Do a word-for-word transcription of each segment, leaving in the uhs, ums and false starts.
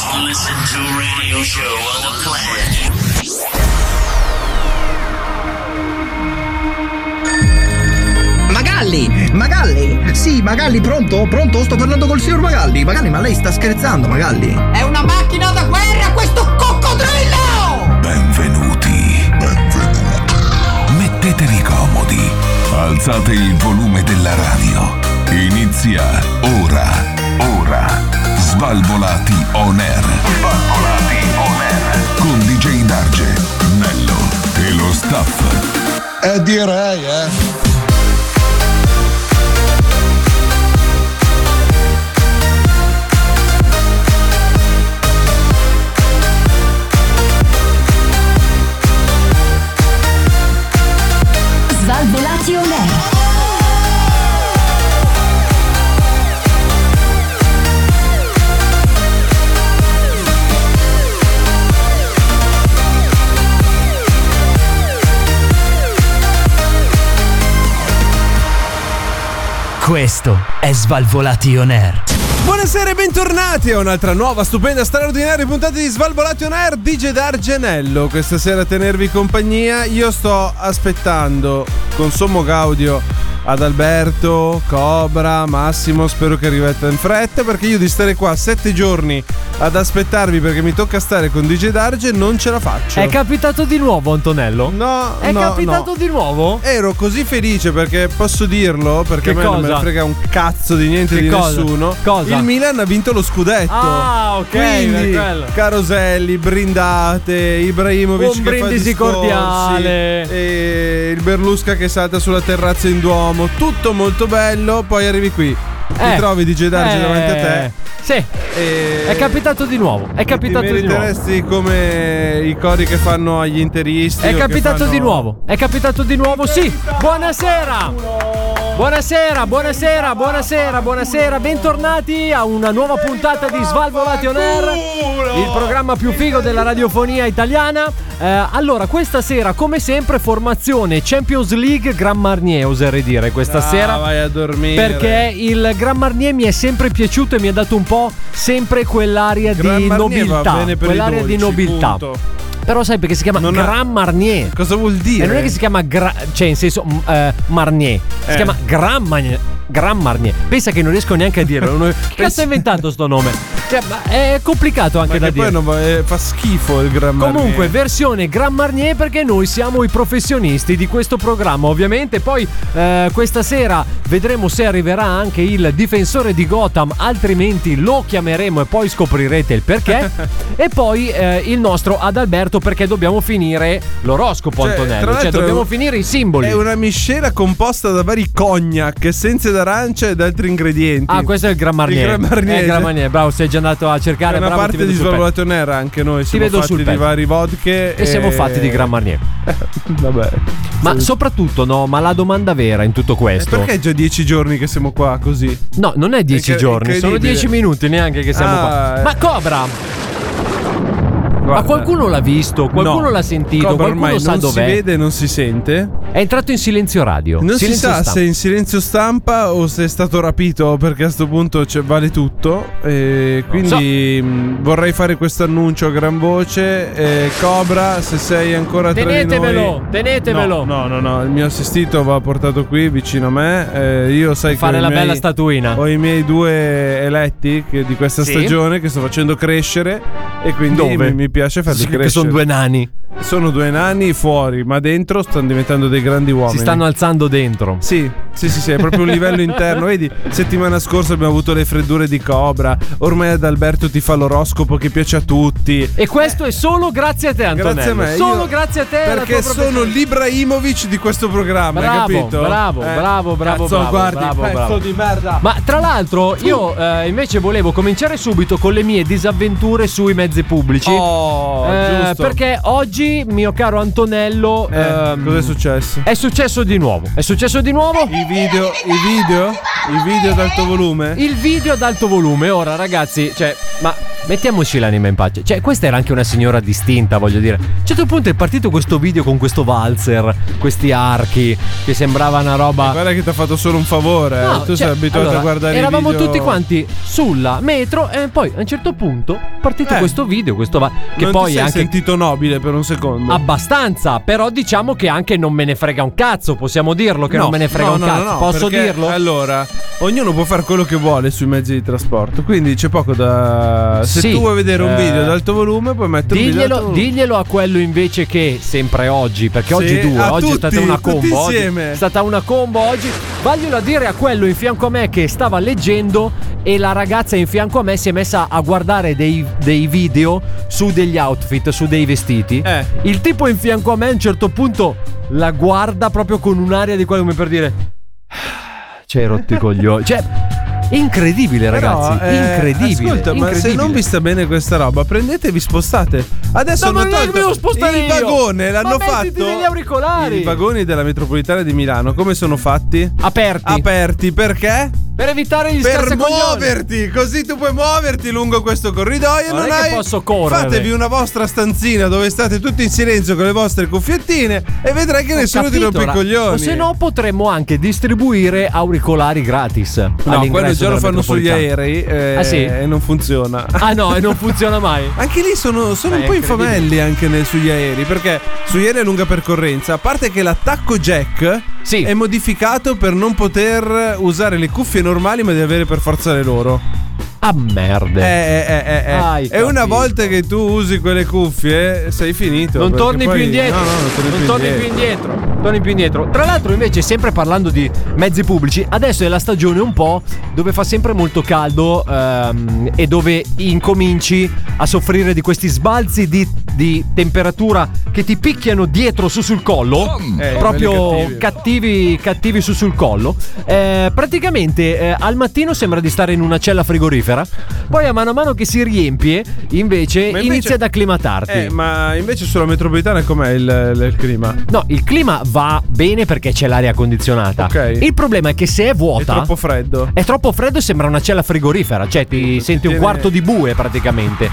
Listen to radio show on the planet. Magalli, Magalli, sì, Magalli, pronto? Pronto? Sto parlando col signor Magalli. Magalli, ma lei sta scherzando, Magalli? È una macchina da guerra, questo coccodrillo! Benvenuti. Benvenuti. Mettetevi comodi. Alzate il volume della radio. Inizia ora, ora. Svalvolati on air. Svalvolati on air. Con D J Darge, Nello e lo staff. Eh direi, eh. Svalvolati on air. Questo è Svalvolati on air. Buonasera e bentornati a un'altra nuova, stupenda, straordinaria puntata di Svalvolati on air. D J Dargenello questa sera a tenervi compagnia. Io sto aspettando con sommo gaudio Adalberto, Cobra, Massimo. Spero che arrivate in fretta, perché io di stare qua sette giorni ad aspettarvi perché mi tocca stare con D J Darge non ce la faccio. È capitato di nuovo, Antonello? No, È no, capitato no. di nuovo? Ero così felice perché posso dirlo, perché Che a me non me ne cosa? frega un cazzo di niente Che di cosa? nessuno. Cosa? Il Milan ha vinto lo scudetto. Ah, ok, Quindi per quello. Caroselli, brindate, Ibrahimovic Un che brindisi fa discorsi, cordiale. e il Berlusca che salta sulla terrazza in Duomo. Tutto molto bello. Poi arrivi qui, ti Eh, trovi D J Darge eh, davanti a te. Sì, E è capitato di nuovo. È capitato ti di nuovo. meriteresti come i cori che fanno agli interisti. È o capitato che fanno... di nuovo. È capitato di nuovo, sì. Buonasera. Buonasera, buonasera, buonasera, buonasera. Bentornati a una nuova puntata di Svalvolati on air, il programma più figo della radiofonia italiana. Eh, allora, questa sera, come sempre, formazione Champions League Grand Marnier, oserei dire questa Ah, sera. vai a dormire. Perché il Grand Marnier mi è sempre piaciuto e mi ha dato un po' sempre quell'aria Grand di Marnier va nobiltà. bene per i Quell'aria dolci, di nobiltà. punto. Però sai perché si chiama Non ha- Grand Marnier? Cosa vuol dire? E non è che si chiama gra- cioè in senso m- eh, Marnier. Si Eh. chiama Grand Marnier. Grand Marnier. Pensa che non riesco neanche a dirlo. Non- Che cazzo ha inventato sto nome? Cioè, ma è complicato anche Ma da che dire. poi non va- eh, fa schifo il Grand Marnier. Comunque, versione Grand Marnier, perché noi siamo i professionisti di questo programma, ovviamente. Poi eh, questa sera vedremo se arriverà anche il difensore di Gotham, altrimenti lo chiameremo e poi scoprirete il perché. E poi eh, il nostro Adalberto, perché dobbiamo finire l'oroscopo, Cioè, tra Antonello. Cioè, l'altro dobbiamo è un- finire i simboli. È una miscela composta da vari cognac, essenze d'arancia ed altri ingredienti. Ah, questo è il Grand Marnier. Il Grand Marnier. È il Grand Marnier. Bravo, sei già andato a cercare. È una bravo, ti parte vedo di sul pezzo. Svalvolati on air, anche noi siamo vedo fatti sul di pezzo. vari vodka E siamo fatti di Grand Marnier. Vabbè. Ma soprattutto, no, ma la domanda vera in tutto E questo. perché è già dieci giorni che siamo qua così? No, non è dieci Inc- giorni, sono incredibile. dieci minuti neanche che siamo Ah, qua. eh. Ma Cobra! Ma Guarda, qualcuno l'ha visto, qualcuno no. l'ha sentito, Cobra qualcuno ormai sa non dov'è. si vede e non si sente. È entrato in silenzio radio. Non silenzio si sa stampa. se è in silenzio stampa o se è stato rapito, perché a sto punto cioè, vale tutto. E quindi mh, vorrei fare questo annuncio a gran voce. Eh, Cobra, se sei ancora tra di Tenetevelo, noi, tenetevelo. No, no, no, no, il mio assistito va portato qui vicino a me. Eh, io sai Fare che ho la i miei- bella statuina. Ho i miei due eletti che- di questa Sì. stagione che sto facendo crescere e quindi Dove? mi, mi piace farli Che crescere. sono due nani. Sono due nani fuori, ma dentro stanno diventando dei grandi uomini. Si stanno alzando dentro. Sì, sì, sì, sì, è proprio un livello interno. Vedi, settimana scorsa abbiamo avuto le freddure di Cobra. Ormai Adalberto ti fa l'oroscopo che piace a tutti. E questo è solo grazie a te, Antonello. Grazie a me. Solo io- grazie a te. e alla Perché tua sono professionalità. l'Ibrahimovic di questo programma, hai Bravo, capito? bravo, Eh, bravo, bravo, Cazzo, bravo, guardi, bravo, pezzo bravo. di merda. Ma tra l'altro io eh, invece volevo cominciare subito con le mie disavventure sui mezzi pubblici. Oh, Eh, giusto. perché oggi, mio caro Antonello, Eh, ehm, cos'è successo? successo? È successo di nuovo. È successo di nuovo. I video, i video, i video ad alto volume. Il video ad alto volume. Ora, ragazzi, cioè, ma mettiamoci l'anima in pace. Cioè, questa era anche una signora distinta, voglio dire. A un certo punto è partito questo video con questo valzer, questi archi, che sembrava una roba. Guarda che ti ha fatto solo un favore. No, eh. Tu cioè, sei abituato allora, a guardare eravamo i video. tutti quanti sulla metro e poi a un certo punto è partito Eh. questo video, questo va- che non poi ti è sei anche sentito nobile per un secondo. abbastanza, però diciamo che anche non me ne frega un cazzo, possiamo dirlo che No, non me ne frega no, un no, cazzo, no, no, posso perché, dirlo? Allora, ognuno può fare quello che vuole sui mezzi di trasporto, quindi c'è poco da. Se Sì, tu vuoi vedere un eh, video ad alto volume, puoi mettere un video ad alto Diglielo, volume. diglielo a quello invece che sempre oggi, perché Sì, oggi due, a oggi è tutti, stata una tutti combo, oggi insieme. è stata una combo oggi. Vaglielo a dire a quello in fianco a me che stava leggendo e la ragazza in fianco a me si è messa a guardare dei, dei video su degli outfit, su dei vestiti. Eh. Il tipo in fianco a me a un certo punto la guarda proprio con un'aria di quello come per dire ci hai rotto i coglioni. Cioè, incredibile, ragazzi. Però, eh, incredibile. Ascolta, ma se incredibile. non vi sta bene questa roba, prendete e vi spostate. Adesso No, ma hanno non mi tolto devo spostare il io. vagone, l'hanno Ma mettiti fatto. degli auricolari. I vagoni della metropolitana di Milano, come sono fatti? Aperti. Aperti perché? Per evitare gli Per scazzacoglioni. muoverti, così tu puoi muoverti lungo questo corridoio. Non Non, è che hai. posso correre. Fatevi una vostra stanzina dove state tutti in silenzio con le vostre cuffiettine e vedrai che Ho nessuno ti capito, rompe i ra- coglioni. O se no potremmo anche distribuire auricolari gratis. No, all'ingresso quello già lo della fanno sugli metropolitana. aerei eh, Ah, sì? e non funziona. Ah no, e non funziona mai. Anche lì sono, sono Eh, un po' è infamelli anche nel- sugli aerei, perché sugli aerei a lunga percorrenza, a parte che l'attacco jack Sì. è modificato per non poter usare le cuffie normali, ma di avere per forza le loro. Ah merde. Eh, eh, eh, eh. Hai E una capito. volta che tu usi quelle cuffie, sei finito. Non perché torni poi- più indietro. No, no, non torni, Non più, torni indietro. più indietro. Torni più indietro. Tra l'altro, invece, sempre parlando di mezzi pubblici, adesso è la stagione un po' dove fa sempre molto caldo ehm, e dove incominci a soffrire di questi sbalzi di, di temperatura che ti picchiano dietro su sul collo. Eh, proprio belli cattivi, cattivi su sul collo. Eh, praticamente eh, al mattino sembra di stare in una cella frigorifera. Poi a mano a mano che si riempie, invece, Ma invece- inizia ad acclimatarti. Eh, ma invece sulla metropolitana com'è il, il clima? No, il clima va bene perché c'è l'aria condizionata. Ok. Il problema è che se è È vuota troppo freddo. è troppo freddo e sembra una cella frigorifera. Cioè ti senti un tiene- quarto di bue praticamente.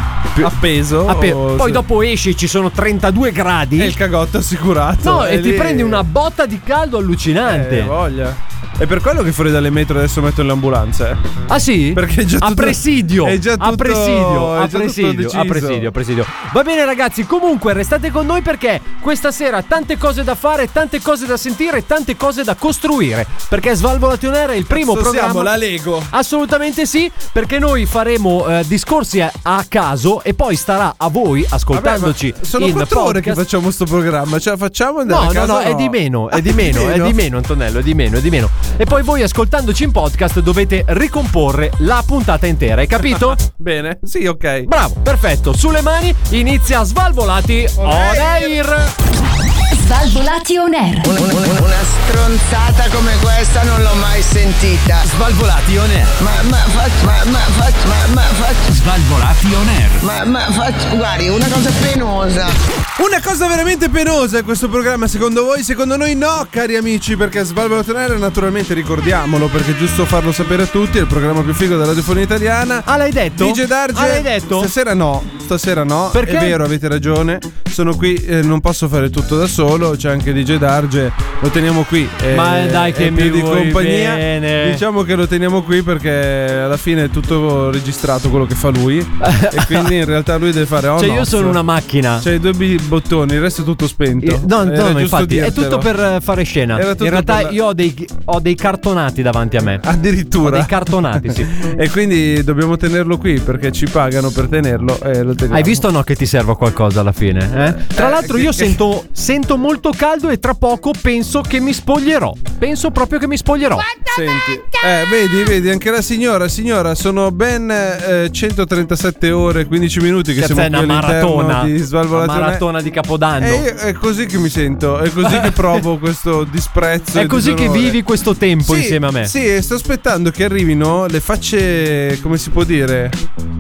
Appeso. Appe- o Poi se- dopo esci, ci sono trentadue gradi. E il cagotto assicurato. No, e ti lì- prendi una botta di caldo allucinante. Eh, voglia. È per quello che fuori dalle metro adesso mettono le ambulanze. Ah sì? Perché è già a tutto- presidio. è già a tutto- presidio. è A già tutto presidio. A deciso. presidio. A presidio. Va bene, ragazzi. Comunque, restate con noi perché questa sera tante cose da fare, tante cose da sentire, tante cose da costruire. Perché Svalvolation Air è il primo Cazzo programma. siamo la Lego. Assolutamente sì, perché noi faremo eh, discorsi a, a caso e poi starà a voi ascoltandoci. Vabbè, ma sono in quattro ore che podcast. facciamo sto programma. Ce la facciamo andare No, a no, casa? no, è di meno, è di meno, è di meno, Antonello, è di meno, è di meno. E poi voi ascoltandoci in podcast dovete ricomporre la puntata intera, hai capito? Bene, sì, ok. Bravo, perfetto. Sulle mani inizia Svalvolati on air. Svalvolati on air. Una stronzata come questa non l'ho mai sentita. Svalvolati on air. Ma, ma, faccio, ma, ma, faccio, ma, ma, faccio, Svalvolati on air. ma, ma, faccio, guardi, una cosa penosa. Una cosa veramente penosa è questo programma, secondo voi? Secondo noi no, cari amici, perché Svalvolation Air, naturalmente ricordiamolo, perché è giusto farlo sapere a tutti, è il programma più figo della radiofonia italiana. Ah, l'hai detto? D J Darge. Ah, l'hai detto? Stasera no, stasera no. Perché? È vero, avete ragione. Sono qui, eh, non posso fare tutto da solo, c'è anche D J Darge, lo teniamo qui. eh, Ma dai che è mi più di vuoi compagnia. bene. Diciamo che lo teniamo qui perché alla fine è tutto registrato quello che fa lui e quindi in realtà lui deve fare on Cioè io off. sono una macchina. C'hai due bi- bottoni, il resto è tutto spento. Eh, No, no, Era no, giusto infatti è dirtelo. tutto per eh, fare scena. Era tutto In realtà per la- io ho dei, ho dei cartonati davanti a me. Ho Addirittura. dei cartonati, sì. E quindi dobbiamo tenerlo qui perché ci pagano per tenerlo e lo teniamo. Hai visto o no che ti serve a qualcosa alla fine? Eh? Tra Eh, l'altro che- io che- sento, sento molto caldo e tra poco penso che mi spoglierò. Penso proprio che mi spoglierò. Senti, eh, vedi, vedi, anche la signora, signora, sono ben eh, centotrentasette ore e quindici minuti che Cazzo, siamo è qui una all'interno maratona. di Una Svalvolation Air. maratona di Capodanno. E io- è così che mi sento, è così che provo questo disprezzo. È e così che disonore. vivi questo tempo Sì, insieme a me. Sì, e sto aspettando che arrivino le facce, come si può dire,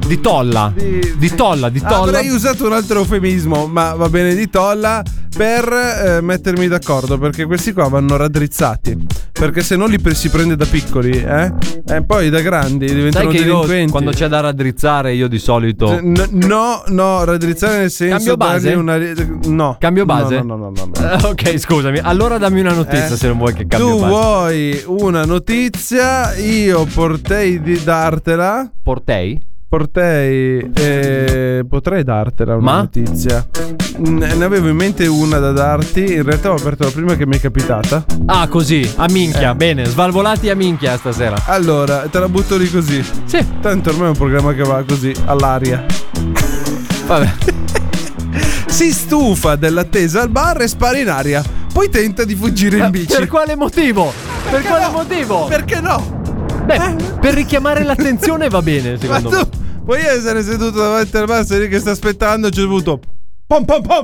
Di tolla. Di, Di tolla, di tolla. Avrei usato un altro eufemismo, ma va bene, di tolla, per eh, mettermi d'accordo, perché questi qua vanno raddrizzati. Perché se no li pre- si prende da piccoli, eh? E poi da grandi diventano Sai che io, delinquenti. quando c'è da raddrizzare, io di solito. N- no, no, raddrizzare nel senso. Cambio base? Una... No. Cambio base? No, no, no, no, no, no. Eh, ok, scusami. Allora dammi una notizia Eh? se non vuoi che cambio Tu base. vuoi una notizia, io portei di dartela. Portei? Portei. Eh, potrei dartela una Ma? notizia. Ne ne avevo in mente una da darti. In realtà ho aperto la prima che mi è capitata. Ah, così, a minchia. Eh. Bene, svalvolati a minchia stasera. Allora, te la butto lì così. Sì. Tanto ormai è un programma che va così, all'aria. Vabbè. Si stufa dell'attesa al bar e spara in aria. Poi tenta di fuggire in bici. Per quale motivo? Per Perché quale no? motivo? Perché no? Beh, per richiamare l'attenzione va bene, Ma secondo tu me. puoi essere seduto davanti al bar, sei lì che sta aspettando, c'è avuto pom pom pom.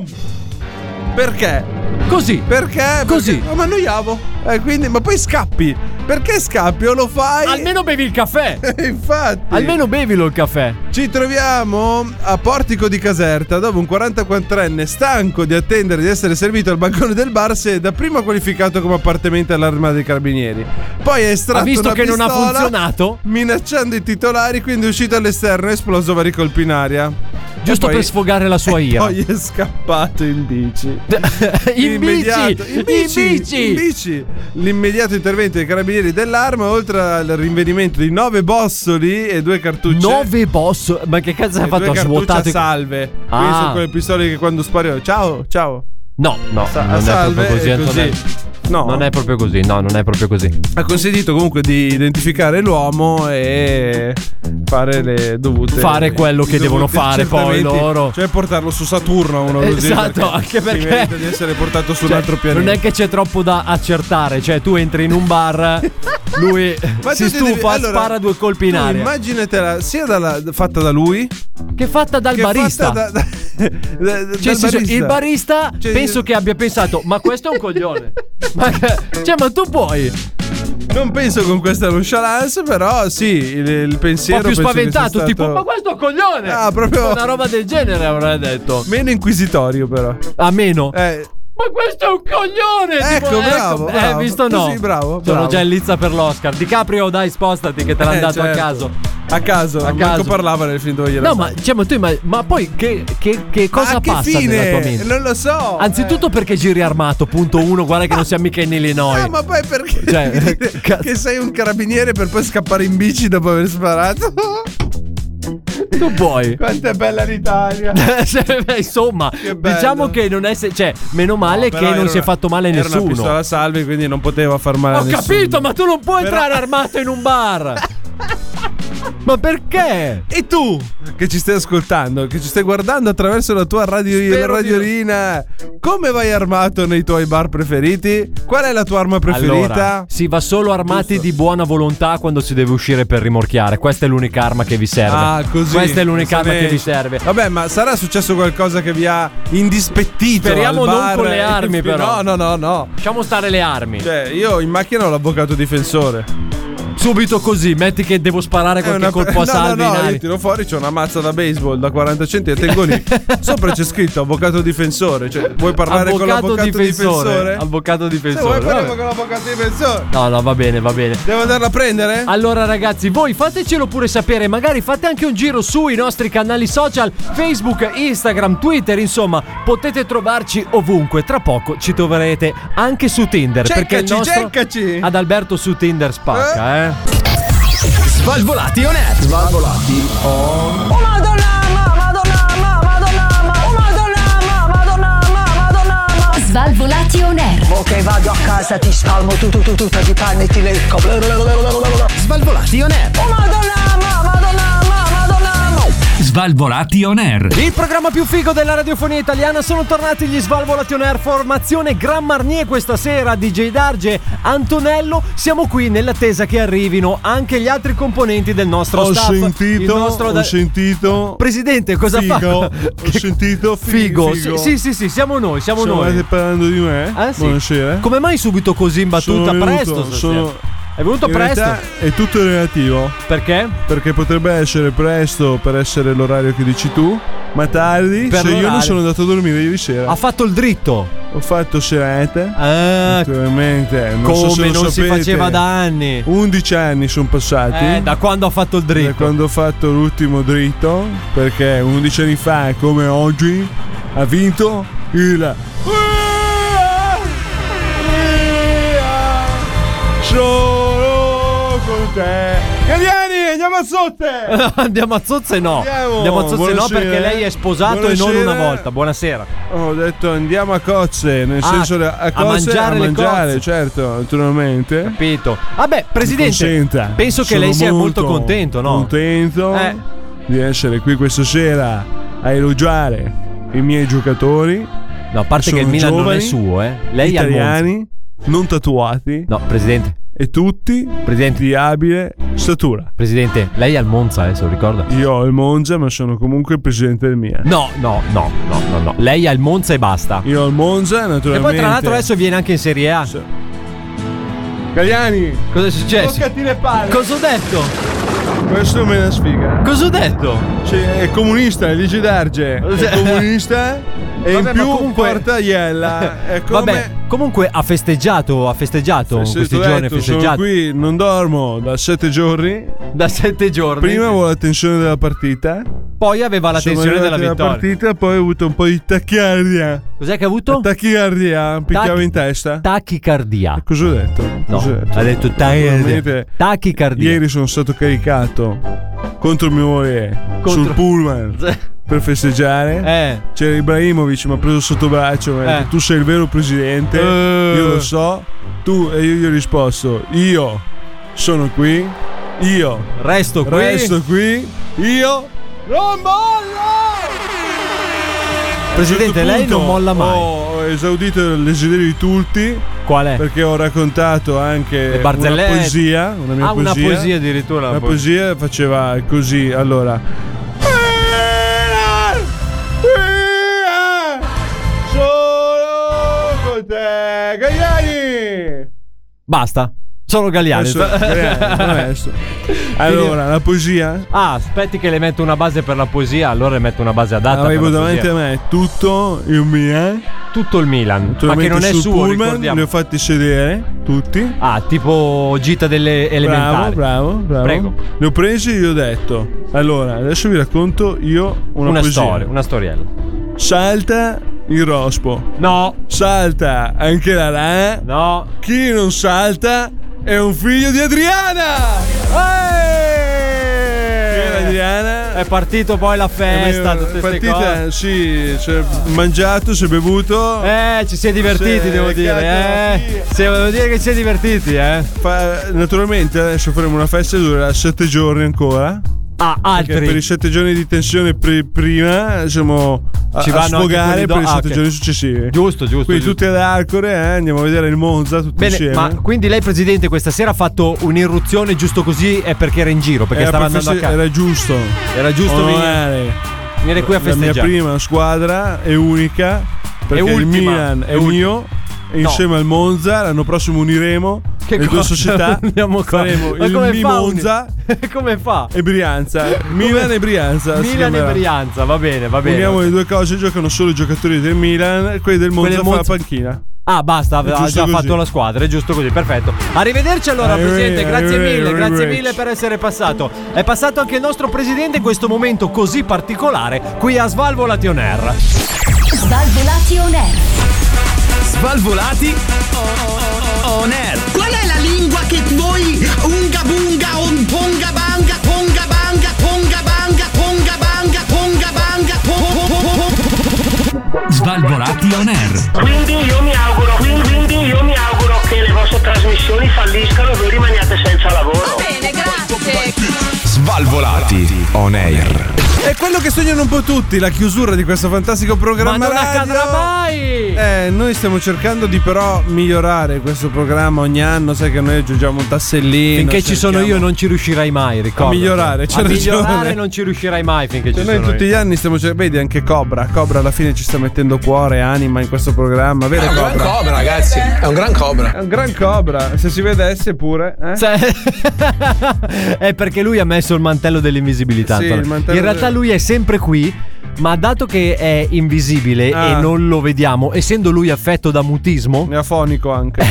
Perché? Così. Perché? Così. Perché? Ma annoiavo. Eh, quindi, ma poi scappi. Perché scappi o lo fai? Almeno bevi il caffè. Infatti. Almeno bevilo il caffè. Ci troviamo a Portico di Caserta, dove un quarantaquattrenne stanco di attendere di essere servito al bancone del bar si è dapprima qualificato come appartamento all'Arma dei Carabinieri. Poi è estratto Ha visto una che non ha pistola, funzionato? minacciando i titolari, quindi è uscito all'esterno e esploso vari colpi in aria. Giusto E poi- per sfogare la sua ira. Poi è scappato in bici. in, bici, Immediato- in bici. in bici. L'immediato intervento dei carabinieri dell'Arma, oltre al rinvenimento di nove bossoli e due cartucce. Nove boss. Ma che cazzo ha e fatto? due Ha cartucce svuotato a i- salve. Ah. Quindi sono quelle pistole che quando spari, ciao, ciao. No, no, Sa- non a è salve proprio così, e Antonello. così. No. Non è proprio così, no, non è proprio così. Ha consentito comunque di identificare l'uomo e fare le dovute. Fare quello i che devono dovuti fare poi accertamenti. loro. Cioè portarlo su Saturno uno così. Esatto, anche perché si merita di essere portato su Cioè, un altro pianeta. non è che c'è troppo da accertare. Cioè, tu entri in un bar, lui Ma si tu ti devi- stufa, allora, spara due colpi in tu aria. Immaginatela sia dalla, fatta da lui Che fatta dal che barista. fatta da, da, da- dal Cioè, sì, sì, barista. il barista Cioè, penso che abbia pensato: ma questo è un coglione. ma, cioè, ma tu puoi. Non penso con questa nonchalance, però sì, il, il Un pensiero po' più penso che sia spaventato, stato tipo: ma questo è un coglione. Ah, proprio- Una roba del genere avrei detto. meno inquisitorio però. A meno. Eh, Ma questo è un coglione! Ecco, tipo, bravo, Eh, bravo. visto no? Sì, bravo, Sono bravo. già in lizza per l'Oscar. DiCaprio, dai, spostati che te l'hanno eh, dato certo. a caso. A caso, A manco caso. parlava nel film dove gliela No, ma, cioè, ma tu ma, ma poi che, che, che cosa Ma a che passa fine? nella tua mente? Non lo so. Anzitutto perché giri armato, punto uno, guarda che non siamo mica in Illinois. Ah, ma poi perché Cioè, devi dire cazzo. che sei un carabiniere per poi scappare in bici dopo aver sparato? Tu puoi. Quanto è bella l'Italia. Beh, Insomma, Che bello. diciamo che non è se- cioè, meno male No, che però non era si è una- fatto male a Era una nessuno. pistola a salve, quindi non poteva far male a Ho nessuno. capito, ma tu non puoi Però- entrare armato in un bar. Ma perché? E tu che ci stai ascoltando, che ci stai guardando attraverso la tua radio, Spero radiolina, come vai armato nei tuoi bar preferiti? Qual è la tua arma preferita? Allora, si va solo armati Giusto. di buona volontà quando si deve uscire per rimorchiare. Questa è l'unica arma che vi serve. Ah, così. Questa è l'unica Se arma ne che vi esce. serve. Vabbè, ma sarà successo qualcosa che vi ha indispettito? Speriamo al non bar? con le armi, però. No, no, no, no. Lasciamo stare le armi. Cioè, io in macchina ho l'avvocato difensore. Subito così, metti che devo sparare È qualche una- colpo a no, salve no, in no, aria. io tiro fuori, c'ho una mazza da baseball da quaranta centimetri, tengo lì. Sopra c'è scritto avvocato difensore. Cioè, vuoi parlare con l'avvocato difensore? Avvocato Se difensore. vuoi parlare vabbè. con l'avvocato difensore. No, no, va bene, va bene. Devo andarla a prendere? Allora ragazzi, voi fatecelo pure sapere, magari fate anche un giro sui nostri canali social, Facebook, Instagram, Twitter, insomma, potete trovarci ovunque. Tra poco ci troverete anche su Tinder, perché il Cercaci, nostro cercaci. Adalberto su Tinder spacca, eh. Svalvolati on air. Svalvolati Oh Madonna, ma, Madonna, ma, Madonna, ma, oh Madonna, ma, Madonna, ma, Madonna, ma. Svalvolati on air. Ok, vado a casa, ti spalmo tu tu tu tutta di panne e ti lecco. Svalvolati on air. Oh Madonna, ma, Madonna, ma, Madonna, ma. Svalvolati on air. Il programma più figo della radiofonia italiana, sono tornati gli Svalvolati on air, formazione Gran Marnier questa sera, D J Darge, Antonello, siamo qui nell'attesa che arrivino anche gli altri componenti del nostro Ho staff. sentito, il nostro ho da- sentito. Presidente, cosa Figo, fa? ho sentito fi- Figo, figo. Sì, sì, sì, sì, siamo noi, siamo Stiamo noi. parlando di me? Eh, sì. Buonasera. Come mai subito così in battuta Sono presto? venuto, stasera? sono, È venuto In presto. realtà è tutto relativo. Perché? Perché potrebbe essere presto per essere l'orario che dici tu, ma tardi Per se io non l'orario. sono andato a dormire ieri sera. Ha fatto il dritto. Ho fatto serate. Ah, Naturalmente. Non come so se lo non si sapete, faceva da anni. undici anni sono passati. Eh, da quando ha fatto il dritto. Da quando ho fatto l'ultimo dritto. Perché undici anni fa, come oggi, ha vinto il solo con te. Galliani, andiamo a Zotte! Andiamo a Zozze no. Andiamo. Andiamo a Zozze no Buonasera. perché lei è sposato Buonasera. e non una volta. Buonasera. Ho detto andiamo a cozze, nel Ah, senso a, a cozze, mangiare a le mangiare, cozze. certo, naturalmente. Capito. Vabbè, Presidente, Consenta. penso che Sono lei sia molto contento, no? Contento Eh. di essere qui questa sera a elogiare i miei giocatori. No, a parte che il Sono Milan non è giovani, suo, eh. Lei ha il italiani, non tatuati. No, Presidente. E tutti Presidente. di abile statura. Presidente, lei ha il Monza, eh, se lo ricorda. Io ho il Monza, ma sono comunque il presidente del Milan. No, no, no, no, no, no. Lei ha il Monza e basta. Io ho il Monza, naturalmente. E poi tra l'altro adesso viene anche in Serie A. Sì. Galliani, Cosa è successo? toccati le palle. Cosa ho detto? Questo me la sfiga. Cosa ho detto? Cioè, è comunista, è Luigi Darge. È comunista e Vabbè, in più ma comunque- porta Iella. È come... Vabbè, comunque ha festeggiato, ha festeggiato Se questi t'ho giorni, ha detto, festeggiato sono qui, non dormo da sette giorni. da sette giorni. Prima avevo la tensione della partita. Poi aveva la Sono tensione della arrivati alla vittoria. partita, poi ho avuto un po' di tachicardia. Cos'è che ha avuto? Tachicardia, picchiava Tachi- in testa. Tachicardia. Cosa ho detto? No, Cosa ho detto? ha detto tachicardia. Naturalmente, Tachicardia. Ieri sono stato caricato contro il mio moglie Contro- sul pullman per festeggiare. Eh. C'era Ibrahimovic, mi ha preso sotto braccio. Mi ha detto, Eh. tu sei il vero presidente. Eh. Io lo so. Tu e io gli ho risposto: io sono qui. Io Resto qui. resto qui. Io non mollo. Presidente, A un certo lei non punto molla mai. Ho esaudito il desiderio di tutti. Qual è? Perché ho raccontato anche Le una barzellette. poesia. Una mia Ah, una poesia. poesia addirittura. La poesia faceva così, allora. Solo con te, Gagliani! Basta. Solo Galliani. Adesso, Gagliani, onesto. Allora, la poesia. Ah, aspetti che le metto una base per la poesia, allora le metto una base adatta. Avevo per la davanti poesia. a me tutto il Milan. Tutto il Milan. Ma che non è sul suo, pullman, ricordiamo. li ho fatti sedere tutti. Ah, tipo gita delle elementari. Bravo, bravo, bravo. Prego. Li ho presi e gli ho detto: allora, adesso vi racconto io una, Una poesia. storia, una storiella. Salta il rospo. No, Salta anche la rana. no. Chi non salta è un figlio di Adriana. Chi era Adriana? È partito poi la festa, Eh, tutte queste partita, cose. sì, si è mangiato, si è bevuto. Eh, ci si è divertiti, Sì, devo dire. cacchio, Eh. Sì, devo dire che ci si è divertiti, eh. Fa- naturalmente adesso faremo una festa che durerà sette giorni ancora. Ah, Perché per i altri. sette giorni di tensione pri- prima siamo a, Ci a vanno anche sfogare quelli do- per i ah, sette ok. giorni successivi. Giusto, giusto. Quindi giusto. tutti ad Arcore, eh, andiamo a vedere il Monza tutti Bene, insieme. ma quindi lei, Presidente, questa sera ha fatto un'irruzione giusto così è perché era in giro, perché Era stava per andando a feste- casa. Era giusto. Era giusto venire, onorare venire qui a la mia festeggiare. prima squadra è unica perché il ultima, Milan è è ultima. mio e No. insieme al Monza l'anno prossimo uniremo Che le due cosa? società. Andiamo qua. Faremo Ma il come Mi fa Monza uni- come fa? e Brianza. Milan e Brianza. si Milan e chiamerà. Brianza, va bene, va bene. Uniamo le due cose, giocano solo i giocatori del Milan, quelli del Monza del fa la Monza- panchina. Ah, basta, aveva giusto già così. fatto la squadra, è giusto così, perfetto. Arrivederci allora, Arrivederci, Presidente, grazie arrivederci, mille, grazie arrivederci. mille per essere passato. È passato anche il nostro Presidente in questo momento così particolare qui a Svalvolati on Air. Svalvolati on air. Svalvolati on air. Qual è la lingua che voi unga bunga un ponga banga ponga banga ponga banga ponga banga ponga banga po- po- po- po- Svalvolati on air. Quindi io mi auguro, quindi, quindi io mi auguro che le vostre trasmissioni falliscano e voi rimaniate senza lavoro. Bene, grazie. Svalvolati on air. È quello che sognano un po' tutti, la chiusura di questo fantastico programma. Ma non radio. accadrà mai! Eh, noi stiamo cercando di però migliorare questo programma ogni anno, sai che noi aggiungiamo un tassellino. Finché ci sono io non ci riuscirai mai, ricordo. A migliorare, c'è A ragione. migliorare non ci riuscirai mai finché cioè ci noi sono tutti io. gli anni stiamo cercando, vedi anche Cobra, Cobra alla fine ci sta mettendo cuore e anima in questo programma, vero? È un Cobra? gran Cobra, ragazzi, è un gran Cobra. È un gran Cobra, se si vedesse pure, eh? È perché lui ha messo il mantello dell'invisibilità. Sì, Antonio. il mantello In realtà del- lui è sempre qui. Ma dato che è invisibile Ah. e non lo vediamo, essendo lui affetto da mutismo, È afonico anche.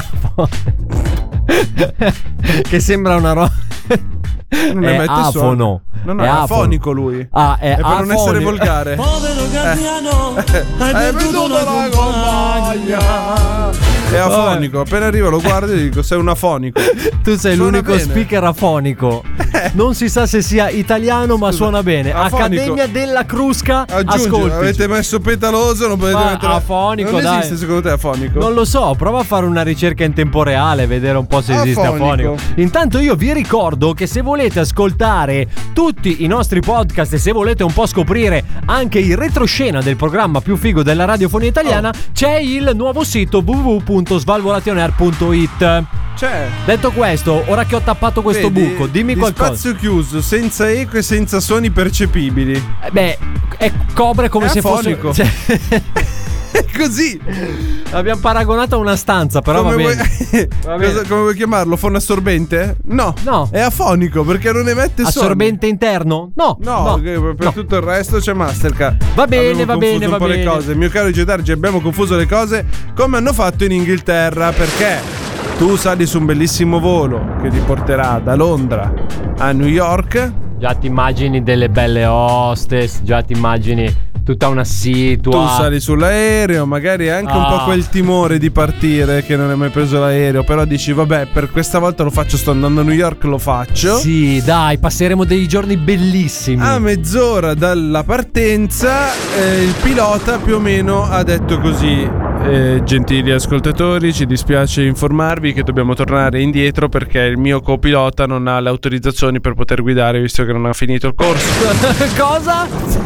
che sembra una roba. Non ne è mette afono. suono. No, no, È è afono. afonico lui. Ah, è, È per non afonico. essere volgare. Povero Gabbiano, hai Hai perduto la compagna. È afonico, appena arriva lo guardo e gli dico sei un afonico. Tu sei Suona l'unico bene. speaker afonico. Non si sa se sia italiano, ma suona bene. afonico. Accademia della Crusca. Aggiungi, Ascolti. avete messo petaloso, non potete Ma mettere afonico, Non dai. esiste secondo te afonico? Non lo so, prova a fare una ricerca in tempo reale, vedere un po' se esiste Afonico. afonico. Intanto io vi ricordo che se volete ascoltare tutti i nostri podcast e se volete un po' scoprire anche il retroscena del programma più figo della radiofonia italiana, Oh. c'è il nuovo sito w w w punto svalvolationair punto it. C'è. Detto questo, ora che ho tappato questo Vedi, buco, dimmi di qualcosa. spazio chiuso, senza eco e senza suoni percepibili. Eh, Beh, è Cobra è come È se afonico. fosse. Cioè, È così. l'abbiamo paragonato a una stanza, però come va vuoi, bene. Va bene. Cosa- come vuoi chiamarlo? Fono assorbente? No. No. È afonico perché non emette suoni. Assorbente interno? No. No, no, che per no. tutto il resto c'è Mastercard. Va bene, Abbiamo va confuso bene, un va po' bene. le cose. Mio caro Gedargi, abbiamo confuso le cose come hanno fatto in Inghilterra, perché tu sali su un bellissimo volo che ti porterà da Londra a New York. Già ti immagini delle belle hostess, già ti immagini tutta una situa. Tu sali sull'aereo, magari anche un Ah. po' quel timore di partire che non hai mai preso l'aereo, però dici vabbè, per questa volta lo faccio, sto andando a New York, lo faccio. Sì, dai, passeremo dei giorni bellissimi. A mezz'ora dalla partenza eh, il pilota più o meno ha detto così: eh, gentili ascoltatori, ci dispiace informarvi che dobbiamo tornare indietro perché il mio copilota non ha le autorizzazioni per poter guidare visto che non ha finito il corso. Cosa?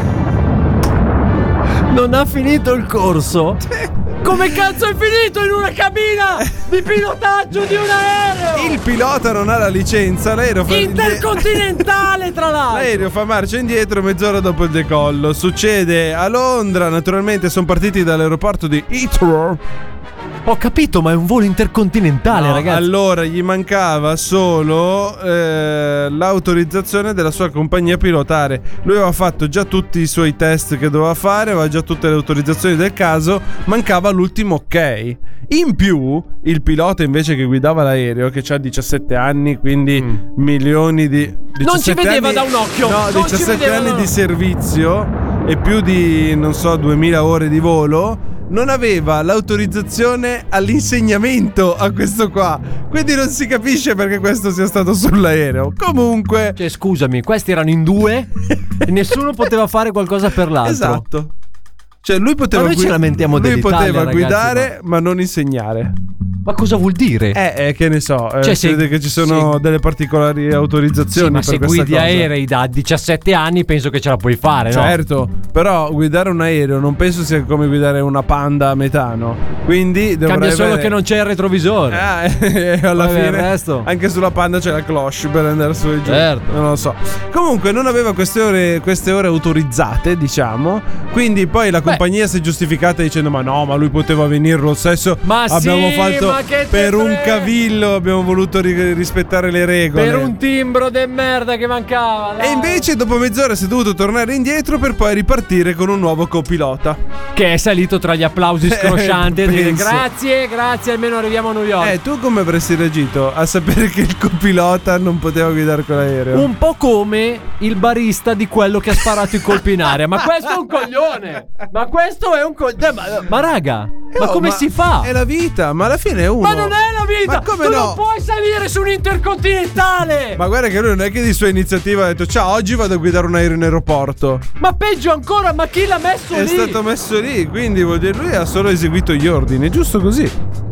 Non ha finito il corso? Come cazzo è finito in una cabina di pilotaggio di un aereo? Il pilota non ha la licenza, l'aereo fa Intercontinentale, tra l'altro. L'aereo fa marcia indietro mezz'ora dopo il decollo. Succede a Londra, naturalmente sono partiti dall'aeroporto di Heathrow. Ho capito, ma è un volo intercontinentale, No, ragazzi. allora gli mancava solo eh, l'autorizzazione della sua compagnia pilotare. Lui aveva fatto già tutti i suoi test che doveva fare, aveva già tutte le autorizzazioni del caso, mancava l'ultimo ok. In più, il pilota invece che guidava l'aereo, che ha diciassette anni, quindi milioni di... Non ci diciassette vedeva anni- da un occhio. No, Non ci diciassette vedeva anni da un di occhio. servizio e più di, non so, duemila ore di volo. Non aveva l'autorizzazione all'insegnamento a questo qua. Quindi non si capisce perché questo sia stato sull'aereo. Comunque, Cioè, scusami, questi erano in due e nessuno poteva fare qualcosa per l'altro. esatto. Cioè lui poteva, Ma noi ci gui- lamentiamo lui dell'Italia, poteva ragazzi, guidare ma... non insegnare. Ma cosa vuol dire? Eh, eh che ne so, eh, Cioè, si se- vede che ci sono se- delle particolari Sì, autorizzazioni ma per se questa guidi cosa. aerei da diciassette anni penso che ce la puoi fare, no? Certo, però guidare un aereo non penso sia come guidare una Panda a metano. Quindi dovrebbe Cambia solo avere- che non c'è il retrovisore. Ah, e alla Vabbè, il fine resto. anche sulla Panda c'è la cloche per andare su e giù. Certo. Non lo so. Comunque non aveva queste ore, queste ore autorizzate, diciamo. Quindi poi la compagnia si è giustificata dicendo ma no, ma lui poteva venire lo stesso. Ma abbiamo sì, fatto ma che te per un frega? cavillo, abbiamo voluto ri- rispettare le regole. Per un timbro de merda che mancava. dai. E invece dopo mezz'ora si è dovuto tornare indietro per poi ripartire con un nuovo copilota. Che è salito tra gli applausi scroscianti e dire penso. grazie, grazie, almeno arriviamo a New York. Eh, tu come avresti reagito a sapere che il copilota non poteva guidare quell'aereo? Un po' come il barista di quello che ha sparato i colpi in aria. Ma questo è un coglione! Ma questo è un coglione! Ma, ma raga, ma Oh, come si fa? È la vita, ma alla fine è uno. Ma non è la vita! Ma come tu no? non puoi salire su un intercontinentale! Ma guarda che lui non è che di sua iniziativa ha detto ciao, oggi vado a guidare un aereo in aeroporto. Ma peggio ancora, ma chi l'ha messo È lì? stato messo lì, quindi vuol dire lui ha solo eseguito gli ordini, giusto così.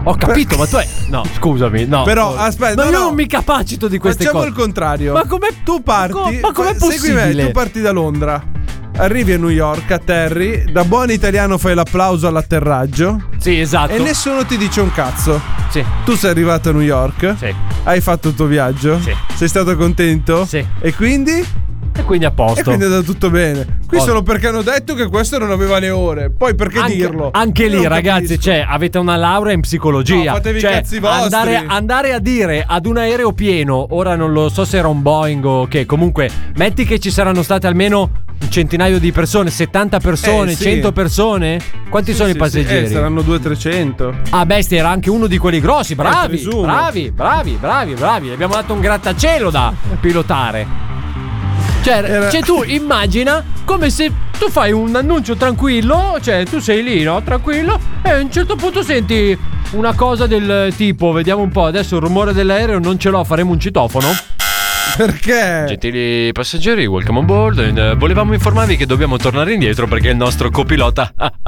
Ho capito, ma tu hai. No, scusami, no. Però aspetta, ma no, io no. non mi capacito di queste Facciamo cose. il contrario. Ma come tu parti? co- ma com'è Segui me, possibile? tu parti da Londra. Arrivi a New York, atterri, da buon italiano fai l'applauso all'atterraggio. Sì, esatto. E nessuno ti dice un cazzo. Sì. Tu sei arrivato a New York. Sì. Hai fatto il tuo viaggio. Sì. Sei stato contento? Sì. E quindi? E quindi a posto. E quindi è andato tutto bene. Qui Oh. solo perché hanno detto che questo non aveva le ore. Poi perché anche, dirlo? Anche lì, Non ragazzi, capisco. cioè, avete una laurea in psicologia. No, fatevi i cioè, cazzi vostri. andare, andare a dire ad un aereo pieno, ora non lo so se era un Boeing o che, comunque, metti che ci saranno state almeno un centinaio di persone, settanta persone, Eh, sì. cento persone. Quanti Sì, sono sì, i passeggeri? Sì. Eh, saranno duecento trecento. Ah, bestia, era anche uno di quelli grossi. Bravi, presumo. bravi, bravi, bravi, bravi. Gli abbiamo dato un grattacielo da pilotare. Cioè, Era- cioè, tu immagina come se tu fai un annuncio tranquillo, cioè tu sei lì, no? Tranquillo, e a un certo punto senti una cosa del tipo, vediamo un po', adesso il rumore dell'aereo non ce l'ho, faremo un citofono. Perché? Gentili passeggeri, welcome on board. Eh, volevamo informarvi che dobbiamo tornare indietro perché il nostro copilota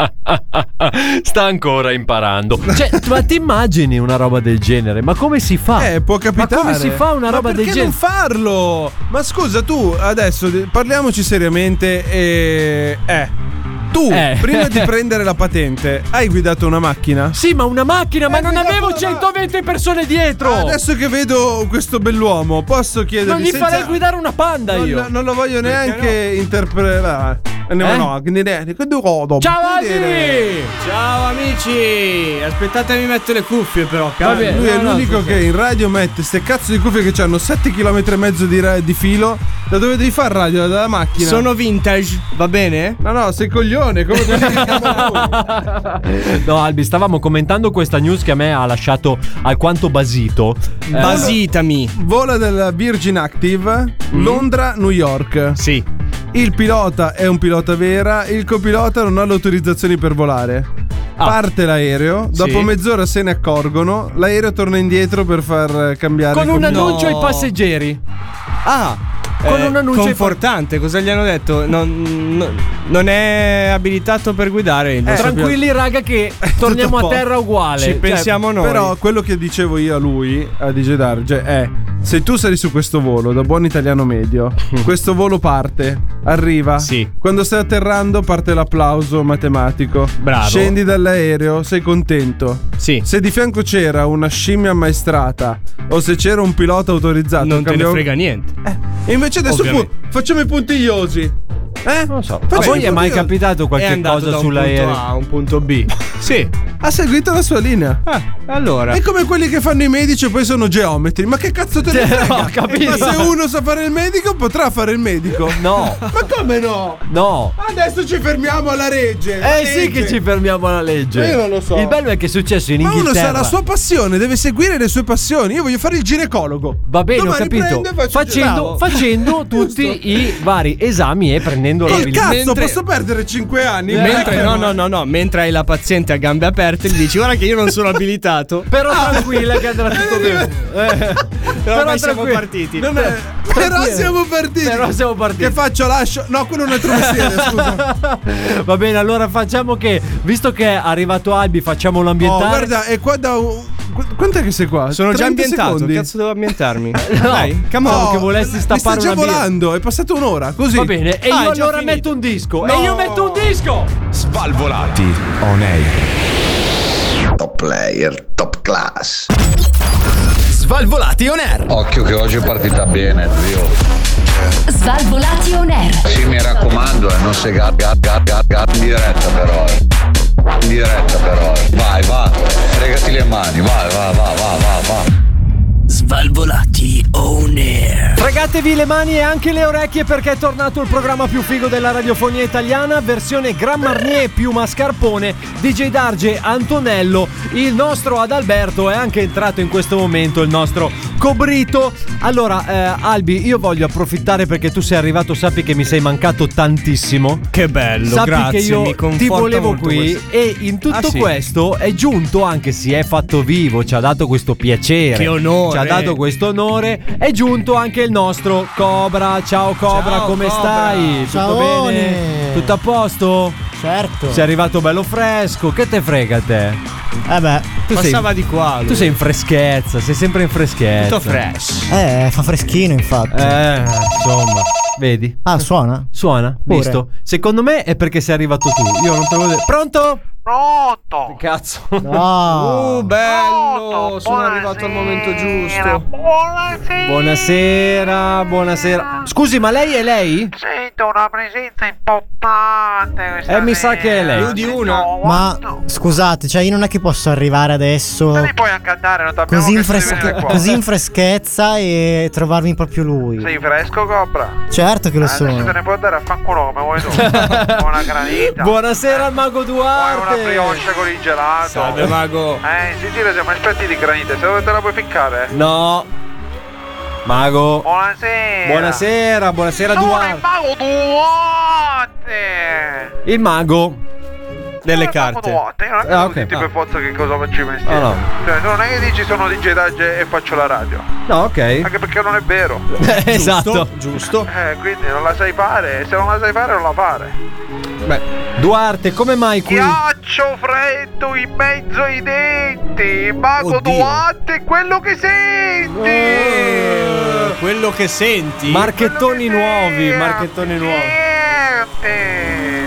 sta ancora imparando. Cioè, ma ti immagini una roba del genere? Ma come si fa? Eh, può capitare. Ma come si fa una Ma roba del perché genere? non farlo? Ma scusa, tu adesso de- parliamoci seriamente. E... Eh. Tu, Eh. prima di prendere la patente, hai guidato una macchina? Sì, ma una macchina, ma Eh, non guidato avevo una- centoventi persone dietro. Adesso che vedo questo bell'uomo, posso chiedergli non gli senza- farei guidare una panda non, io. non lo voglio neanche interpretare. No, Eh? no, che ne- che devo- Ciao che dire? Aldi! Ciao amici! Aspettate, mi metto le cuffie però. Va bene. Lui è No, no, l'unico sì, che in radio mette ste cazzo di cuffie che hanno sette chilometri e mezzo di, ra- di filo. Da dove devi fare radio? Dalla macchina? Sono vintage, va bene? No, no, sei coglione, come quelli che chiamano lui. No, Albi, stavamo commentando questa news che a me ha lasciato alquanto basito. Eh, Basitami. Vola della Virgin Active, Londra-New York. Sì. Il pilota è un pilota vera, il copilota non ha le autorizzazioni per volare. Ah. Parte l'aereo, dopo Sì. mezz'ora se ne accorgono, l'aereo torna indietro per far eh, cambiare con un il com- annuncio No. ai passeggeri. Ah. Con un annuncio ai- confortante, cosa gli hanno detto? Non, non- non è abilitato per guidare. il nostro Tranquilli, raga, che torniamo a tutto a terra uguale. Ci Cioè, pensiamo noi. Però quello che dicevo io a lui, a D J Darge, è: se tu sei su questo volo, da buon italiano medio, questo volo parte, arriva. Sì. Quando stai atterrando parte l'applauso matematico. Bravo. Scendi dall'aereo, sei contento. Sì. Se di fianco c'era una scimmia ammaestrata o se c'era un pilota autorizzato, non te ne cambiamo- frega niente. E invece adesso Ovviamente. pu- facciamo i puntigliosi. Eh? Non so. Facciamo A voi i è mai puntigliosi. capitato È qualche andato cosa da un sull'aereo? punto A a un punto B. Sì. Ha seguito la sua linea. Ah, allora. È come quelli che fanno i medici e poi sono geometri. Ma che cazzo te ne Cioè, frega? ho capito. Ma se uno sa fare il medico, potrà fare il medico. No, Ma come no? no. Adesso ci fermiamo alla legge. La Eh sì legge. che ci fermiamo alla legge. Ma io non lo so. Il bello è che è successo in Ma uno Inghilterra. sa la sua passione, deve seguire le sue passioni. Io voglio fare il ginecologo. Va bene, Domani ho capito. prendo e faccio il Facendo, bravo. facendo tutti i vari esami e prendendo la Che cazzo, mentre- posso perdere cinque anni? Mentre, Eh, no, no, no, no, mentre hai la paziente a gambe aperte, gli dici: guarda che io non sono abilitato. Però tranquilla che andrà tutto bene. Eh, Però ormai siamo tranquilla. partiti. Non è- Però siamo partiti. Però siamo partiti. Che faccio? Lascio. No, quello è un altro mestiere, scusa. Va bene, allora facciamo che, visto che è arrivato Albi, facciamo Oh, l'ambientale. guarda, è qua da un... qu- Quant'è che sei qua? Sono già trenta ambientato. secondi? Cazzo, devo ambientarmi. No, Dai, come pensavo on. che volessi Mi stappare sta già una birra. volando, è passata un'ora, così. Va bene, e Ah, io è già allora finito. metto un disco. No. E io metto un disco. Svalvolati on air. Top player, top class. Svalvolati on air. Occhio che oggi è partita bene, zio. Svalvolati on air. Sì, mi raccomando, eh, non sei gat, gat, gat, gat, gat in diretta però. eh. In diretta però. eh. Vai, va, fregati le mani, vai, va, va, va, va, va. Svalvolati on air. Fregatevi le mani e anche le orecchie perché è tornato il programma più figo della radiofonia italiana, versione Gran Marnier più mascarpone, D J Darge, Antonello, il nostro Adalberto è anche entrato in questo momento il nostro Cobrito. Allora, eh, Albi, io voglio approfittare perché tu sei arrivato, sappi che mi sei mancato tantissimo. Che bello, Sappi grazie. che io mi conforta ti volevo molto qui questo. e in tutto Ah, sì? questo è giunto anche, si è fatto vivo, ci ha dato questo piacere. Che onore. Ci ha dato questo onore. È giunto anche il nostro Cobra. Ciao Cobra, Ciao, come Cobra. stai? Tutto Ciaone. bene? Tutto a posto? Certo. Sei arrivato bello fresco, che te frega te? Eh beh, tu passava sei, di qua. Lui. Tu sei in freschezza, sei sempre in freschezza. Tutto fresh. Eh, fa freschino infatti. Eh, insomma, vedi? Ah, suona? Suona, Pure. visto? Secondo me è perché sei arrivato tu. Io non te lo vedo. Pronto? Pronto? Cazzo. No. Uh, bello. Pronto, Sono buonasera, arrivato al momento giusto. Buonasera. Buonasera, buonasera. Scusi, ma lei è lei? Sento una presenza importante. Eh, mi sa che è lei. Più di una. Ma scusate, cioè io non è che posso arrivare adesso Te ne puoi anche andare, non t'abbiamo così in, chiesto di fresche- venire qua. così in freschezza e trovarmi proprio lui. Sei fresco, Cobra? Certo che lo Adesso te sono. ne puoi andare a fanculo come vuoi tu. Buona granita. Buonasera al mago Vuoi Duarte. una brioche con il gelato? Salve, mago. Eh, sentire, siamo esperti di granite. Se dove te la puoi ficcare? No. Mago. Buonasera. Buonasera, buonasera Sono Duarte. il mago Duarte. Il mago delle Sono il mago carte. Duarte. Io non è che Ah, tu ok. dici Ah. per forza che cosa faccio il mestiere. Oh, no. Cioè, tu non è che dici sono D J Darge e faccio la radio. No, ok. Anche perché non è vero. Esatto. Giusto. Eh, quindi non la sai fare. Se non la sai fare, non la fare. Beh, Duarte, come mai qui? Ghiaccio freddo in mezzo ai denti. Il mago Oddio. Duarte è quello che senti. Eh, quello che senti. Marchettoni nuovi, marchettoni nuovi. Senti.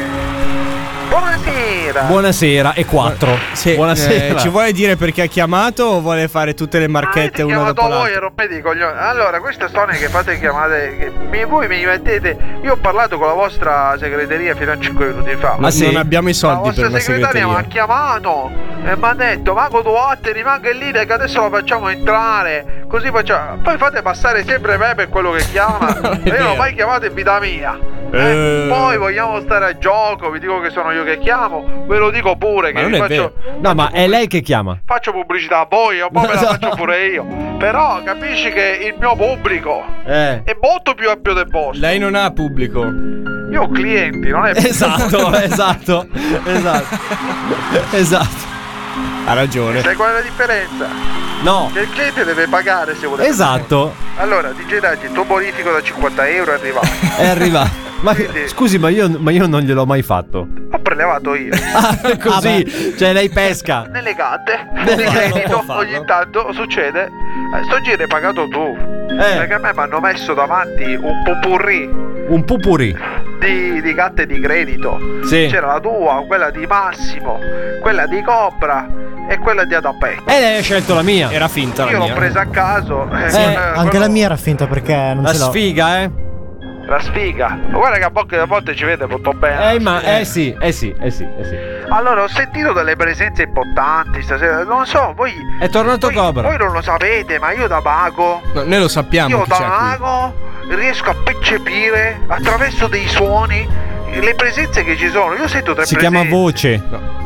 Buonasera. Buonasera, e quattro. Sì, Buonasera. eh, ci vuole dire perché ha chiamato o vuole fare tutte le marchette una chiamato dopo voi l'altra? e rompete i coglioni. Allora, queste sono che fate chiamate che mi- voi mi mettete. Io ho parlato con la vostra segreteria fino a cinque minuti fa. Ma sì? non abbiamo i La soldi vostra per una segretaria mi ha segreteria. chiamato e mi ha detto: Mago Duarte, rimanga lì che adesso lo facciamo entrare. Così facciamo. Poi fate passare sempre me per quello che chiama. E io non ho mai chiamato in vita mia. Eh, Eh. Poi vogliamo stare a gioco, vi dico che sono io che chiamo, ve lo dico pure Ma che non vi è faccio, No, ma è lei che chiama. faccio pubblicità a voi, un po' me la faccio pure io. Però capisci che il mio pubblico Eh. è molto più ampio del vostro. Lei non ha pubblico. Io ho clienti, non è Esatto, esatto. Esatto. Esatto. Ha ragione. Sai qual è la differenza? No. Che il cliente deve pagare se vuole. Esatto. Allora, D J Daggi, il tuo bonifico da cinquanta euro è arrivato. È arrivato. Ma scusi, ma io, ma io non gliel'ho mai fatto. Ho prelevato io. Ah, così. Cioè lei pesca. Nelle gatte, Nelle di gatte. credito, Non può farlo. ogni tanto succede. Eh, sto giro hai pagato tu. Eh. Perché a me mi hanno messo davanti un popurrí Un pupurì. di, di gatte di credito. Sì. C'era la tua, quella di Massimo, quella di Cobra e quella di Adapetto. E lei ha scelto la mia. Era finta la Io l'ho mia. presa a caso. eh, Sì, con- anche quello- la mia era finta perché non La ce l'ho. sfiga, eh. La sfiga. Ma guarda che a volte, a volte ci vede molto bene. Eh, ma eh sì, eh sì, eh sì, eh sì. Allora, ho sentito delle presenze importanti stasera. Non so, voi. È tornato voi, Cobra. Voi non lo sapete, ma io da mago. No, noi lo sappiamo Io chi da c'è qui. mago riesco a percepire attraverso dei suoni le presenze che ci sono. Io sento tre Si presenze. chiama voce.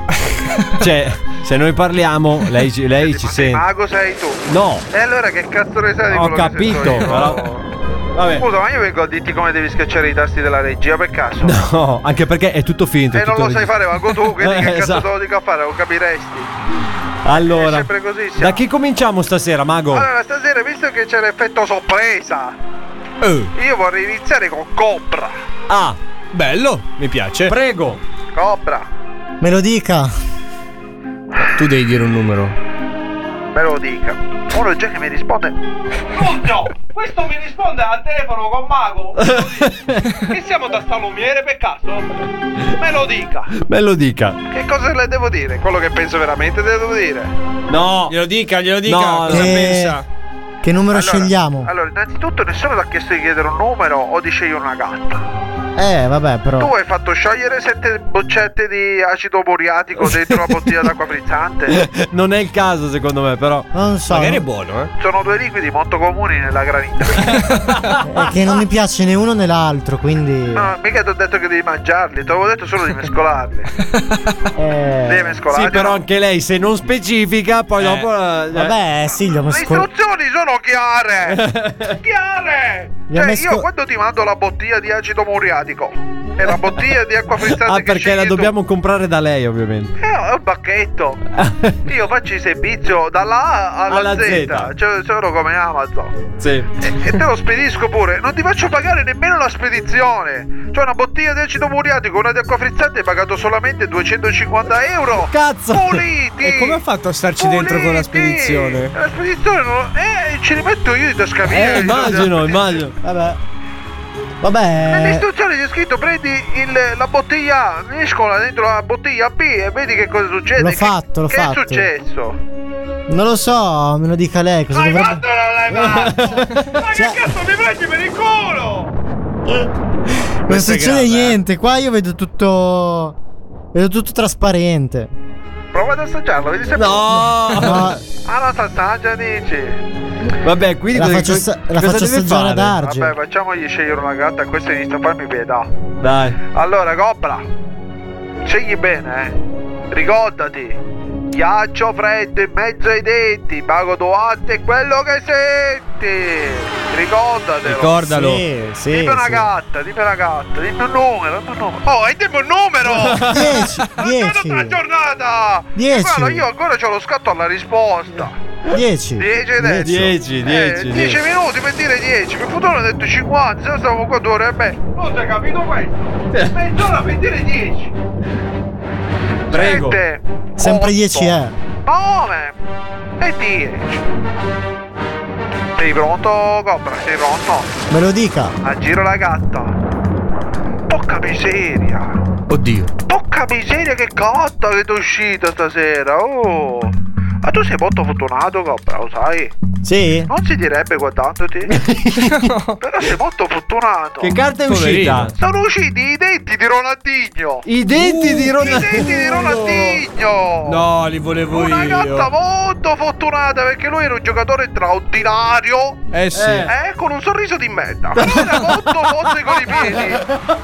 Cioè, se noi parliamo, lei, ci- lei ci Ma sente. mago sei tu. No, E allora che cazzo ne sai di ho quello che capito, sento io? però. Vabbè. Scusa, ma io vengo a dirti come devi schiacciare i tasti della regia per caso. No, anche perché è tutto finto. è E non tutto lo sai fare, mago tu, quindi Eh, che cazzo esatto. te lo dico a fare? Lo capiresti. È Allora, sempre così siamo. da chi cominciamo stasera, mago? Allora, stasera, visto che c'è l'effetto sorpresa, Eh, io vorrei iniziare con Cobra. Ah, bello, mi piace. prego. Cobra, Me lo dica. Tu devi dire un numero. me lo dica. Uno già che mi risponde. No, questo mi risponde al telefono con mago. Che siamo da salumiere per caso? Me lo dica. Me lo dica. Che cosa le devo dire? Quello che penso veramente le devo dire. No. Glielo dica, glielo dica. No, cosa che- pensa? Che numero Allora, scegliamo? Allora, innanzitutto nessuno ti ha chiesto di chiedere un numero o di scegliere una gatta. Eh, vabbè, però. Tu hai fatto sciogliere sette boccette di acido muriatico dentro la bottiglia d'acqua frizzante. Non è il caso, secondo me, però. Non so. Magari è no- buono, eh. Sono due liquidi molto comuni nella granita. È che non mi piace né uno né l'altro, quindi. No, mica ti ho detto che devi mangiarli, te l'avevo detto solo di mescolarli. Eh, Devi mescolarli. Sì, però no? anche lei, se non specifica, poi Eh. dopo. eh, Vabbè, sì, gli ho Le mescolato. istruzioni sono chiare! Chiare! Gli ho Cioè, mesco- io quando ti mando la bottiglia di acido muriatico, È la bottiglia di acqua frizzante Ah, che perché scegli la tu. dobbiamo comprare da lei, ovviamente. Eh, è un pacchetto. Io faccio il servizio dalla A alla, Alla Z, Z. cioè sono come Amazon. Sì. E, e te lo spedisco pure. Non ti faccio pagare nemmeno la spedizione. Cioè una bottiglia di acido muriatico, una di acqua frizzante, hai pagato solamente duecentocinquanta euro. Cazzo! Puliti! E come ha fatto a starci dentro con la spedizione? La spedizione non... Eh, ce li metto io di tasca mia. Eh, immagino, immagino. Vabbè. Nelle Vabbè. istruzioni c'è scritto prendi il, la bottiglia A, mescola dentro la bottiglia B e vedi che cosa succede. L'ho Che- fatto, l'ho che fatto. è successo? Non lo so, me lo dica lei. Cosa Hai dovrebbe. fatto o non l'hai fatto? Ma che cazzo mi prendi per il culo? Non succede niente. Qua io vedo tutto. Vedo tutto trasparente. Prova ad assaggiarlo, vedi se No! No, Ah, no, si assaggia, dici. Vabbè, quindi la cosa- faccio, cosa- assa- la cosa faccio deve assaggiare ad fare? Arge. Vabbè, facciamogli scegliere una gatta, questo inizia a farmi pietà. Dai. Allora, Cobra, scegli bene, eh. Ricordati. Ghiaccio freddo in mezzo ai denti, Mago Duarte è quello che senti. Ricordatelo. Ricordalo. Sì, sì, Dimmi una sì. gatta, dimmi una gatta, dimmi un numero, dimmi un numero. Oh, e dimmi un numero! Dieci, Non dieci. tutta la giornata! Dieci. Guarda, io ancora c'ho lo scatto alla risposta. Dieci. dieci hai detto? Dieci, Eh, dieci, dieci dieci. minuti per dire dieci, per futuro ho detto cinquanta, se no stavamo qua due ore e mezza. Non hai capito questo? Mezz'ora per dire dieci. Prego. Sette, Sempre otto, dieci è. nove e dieci. Sei pronto, Cobra? Sei pronto? Me lo dica. Aggiro la gatta. Porca miseria. Oddio. Porca miseria, che cotta che ti è uscita stasera. Oh. Ma tu sei molto fortunato, Cobra, lo sai? Sì? Non si direbbe guardandoti. Però sei molto fortunato. Che carta è Poverino. uscita? Sono usciti i denti di Ronaldinho. I denti di I Ronaldinho. denti di Ronaldinho. No, li volevo Una gatta io. molto fortunata perché lui era un giocatore straordinario. Eh sì. Eh, con un sorriso di merda. Però era molto forte con i piedi.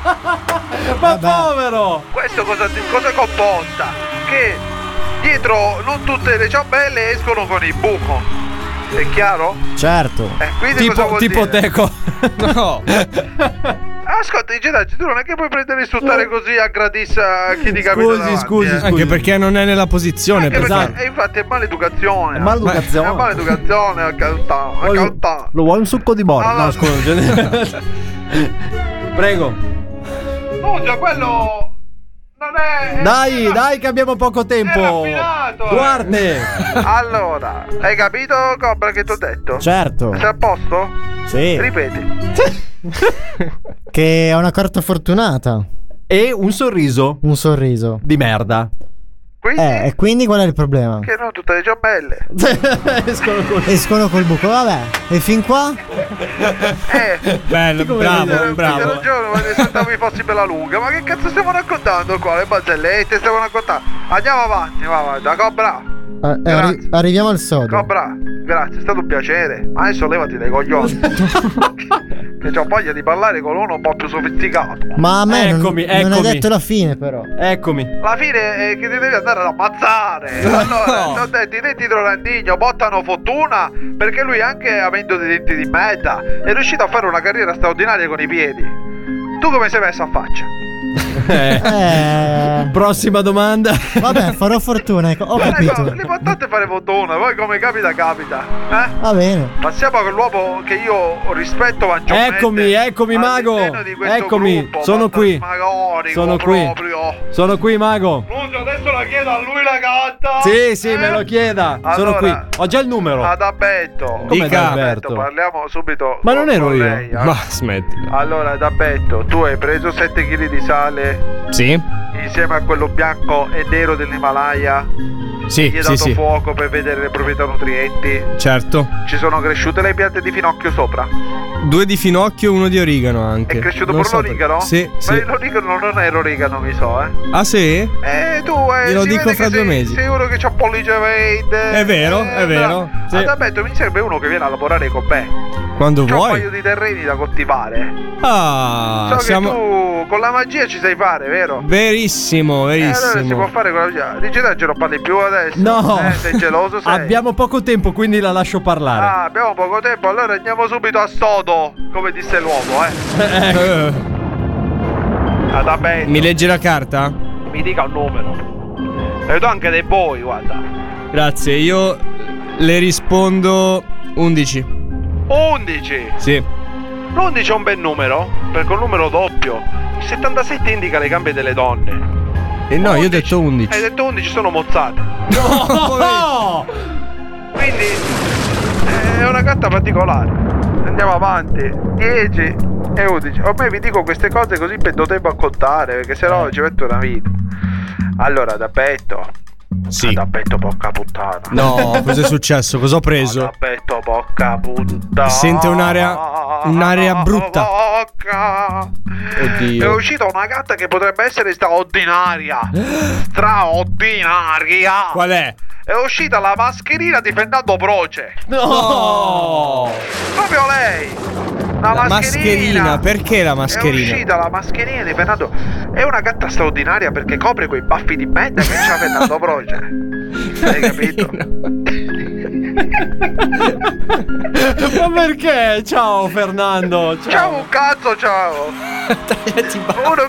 Ma povero. Questo cosa, cosa comporta? Che dietro non tutte le ciambelle escono con il buco. È chiaro? Certo. Eh, quindi cosa Tipo, vuol tipo dire? Teco. No. Ascolta, i Jedi, tu non è che puoi prendere e insultare così a gratis a chi ti capita Scusi, davanti, scusi, eh. scusi. Anche perché non è nella posizione Anche per perché, farlo. e infatti è maleducazione. È maleducazione. È maleducazione, a cantare, a cantare. Lo vuoi un succo di borra? Allora- No, scusa. Prego. No, già quello non è... Dai, dai che abbiamo poco tempo. raffinato, eh. Duarte. Allora, hai capito, Cobra, che ti ho detto? Certo. Sei a posto? Sì. Ripeti. Che è una carta fortunata. E un sorriso Un sorriso. di merda. Quindi, Eh, e quindi qual è il problema? che non tutte le ciambelle. Escono con... Escono col buco, vabbè. E fin qua? Eh, Bello, bravo, Hai bravo. ragione, ma pensavo fossi bella lunga. Ma che cazzo stiamo raccontando qua? Le barzellette stiamo raccontando. Andiamo avanti, va avanti. Da Cobra. Eh, eh, arri- arriviamo al sodo. Cobra, grazie, è stato un piacere. Ma adesso levati dai coglioni. Che c'ho voglia di parlare con uno un po' più sofisticato. Ma a me non- Eccomi, non, hai eccomi. detto la fine, però. Eccomi. La fine è che ti devi andare ad ammazzare. Allora, ti ho detto, i denti di Ronaldinho portano fortuna perché lui, anche avendo dei denti di merda, è riuscito a fare una carriera straordinaria con i piedi. Tu come sei messo a faccia? Eh, Prossima domanda. vabbè, farò fortuna. ecco, Ho capito. Ecco, l'importante è fare fortuna, poi come capita capita. Eh? Va bene. Passiamo a quell'uomo che io rispetto maggiormente. Eccomi, eccomi, mago. all'interno di questo Eccomi, gruppo sono qui. fantasmagorico Sono qui. proprio. Sono qui, mago. Nunzio, adesso la chiedo a lui la gatta. Sì, sì, Eh? me lo chieda. Sono Allora, qui. Ho già il numero. Ad Abetto. Come Dica. ad Alberto? Parliamo subito. Ma con- non ero con io. lei, eh. Ma smetti. Allora, Dabetto, tu hai preso sette chili di sale Sì? insieme a quello bianco e nero dell'Himalaya. Sì, Gli hai sì, dato sì. fuoco per vedere le proprietà nutrienti. Certo. Ci sono cresciute le piante di finocchio sopra. Due di finocchio e uno di origano anche. È cresciuto Non pure so l'origano? per- Sì, Ma sì. l'origano non è l'origano, mi so, eh. Ah sì? Eh, tu eh, Glielo si dico vede fra che due sei, mesi. sei uno che c'ha pollice verde. È vero, è vero. Sì. Sì. Adalberto, mi serve uno che viene a lavorare con me. Quando C'ho un vuoi. paio di terreni da coltivare. Ah, So siamo... che tu con la magia ci sai fare, vero? Verissimo, Eh, allora si può verissimo. fare con la magia. Dici te, non parli più adesso? No. Eh, sei geloso, sei? Abbiamo poco tempo, quindi la lascio parlare. Ah, abbiamo poco tempo, allora andiamo subito a sodo, come disse l'uomo, eh. Eh. Adalberto. Mi leggi la carta? Mi dica un numero. E do anche dei voi, guarda. Grazie, io le rispondo undici. undici? Sì. L'undici è un bel numero, perché è un numero doppio. Il settantasette indica le gambe delle donne. E no, io ho detto undici. Hai detto undici, sono mozzate. No! Quindi è una carta particolare. Andiamo avanti. dieci e undici. Ormai vi dico queste cose così per tempo a contare, perché sennò ci metto una vita. Allora, Adalberto. Sì. Adalberto, porca puttana. No, cosa è successo? Cosa ho preso? Adalberto, porca puttana. Sente un'area un'area brutta. Porca. Oddio. È uscita una carta che potrebbe essere straordinaria. Straordinaria. Qual è? È uscita la mascherina di Fernando Proce. No! Proprio lei. La, La mascherina. mascherina, perché la È mascherina? uscita la mascherina di Fernando. È una carta straordinaria perché copre quei baffi di merda che c'ha Fernando Proce. Hai capito? Ma perché? Ciao Fernando. Ciao, Ciao un cazzo, ciao. Uno...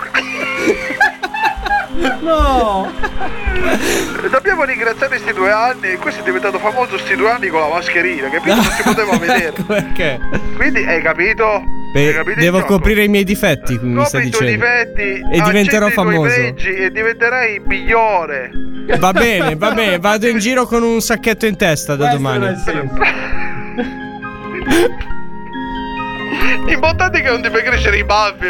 No. Dobbiamo ringraziare questi due anni. Questo è diventato famoso questi due anni con la mascherina, capito? Non si poteva vedere. Perché? Quindi hai capito? Beh, Hai capito il devo gioco? coprire i miei difetti, mi sta Copri i tuoi dicendo. difetti E diventerò accetti i tuoi famoso. pregi e diventerai il migliore. Va bene, va bene, vado in giro con un sacchetto in testa da domani. L'importante è che non ti fai crescere i baffi.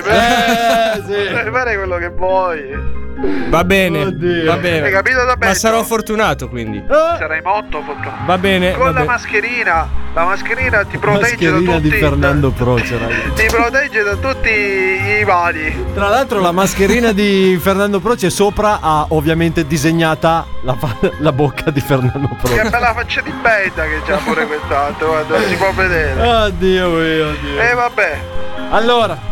Eh, sì. Fare quello che vuoi. Va bene, Oddio. va bene. Hai capito, Adalberto? Ma sarò fortunato, quindi. Sarai molto fortunato. Va bene, Con va la bene. mascherina, la mascherina ti protegge da Mascherina tutti. di Fernando Proce, ragazzi. Ti protegge da tutti i mali. Tra l'altro la mascherina di Fernando Proce sopra ha ovviamente disegnata la, fa- la bocca di Fernando Proce. Che bella faccia di beta che c'ha pure quest'altro, guarda, non si può vedere. Oddio mio, oddio. E vabbè, Allora,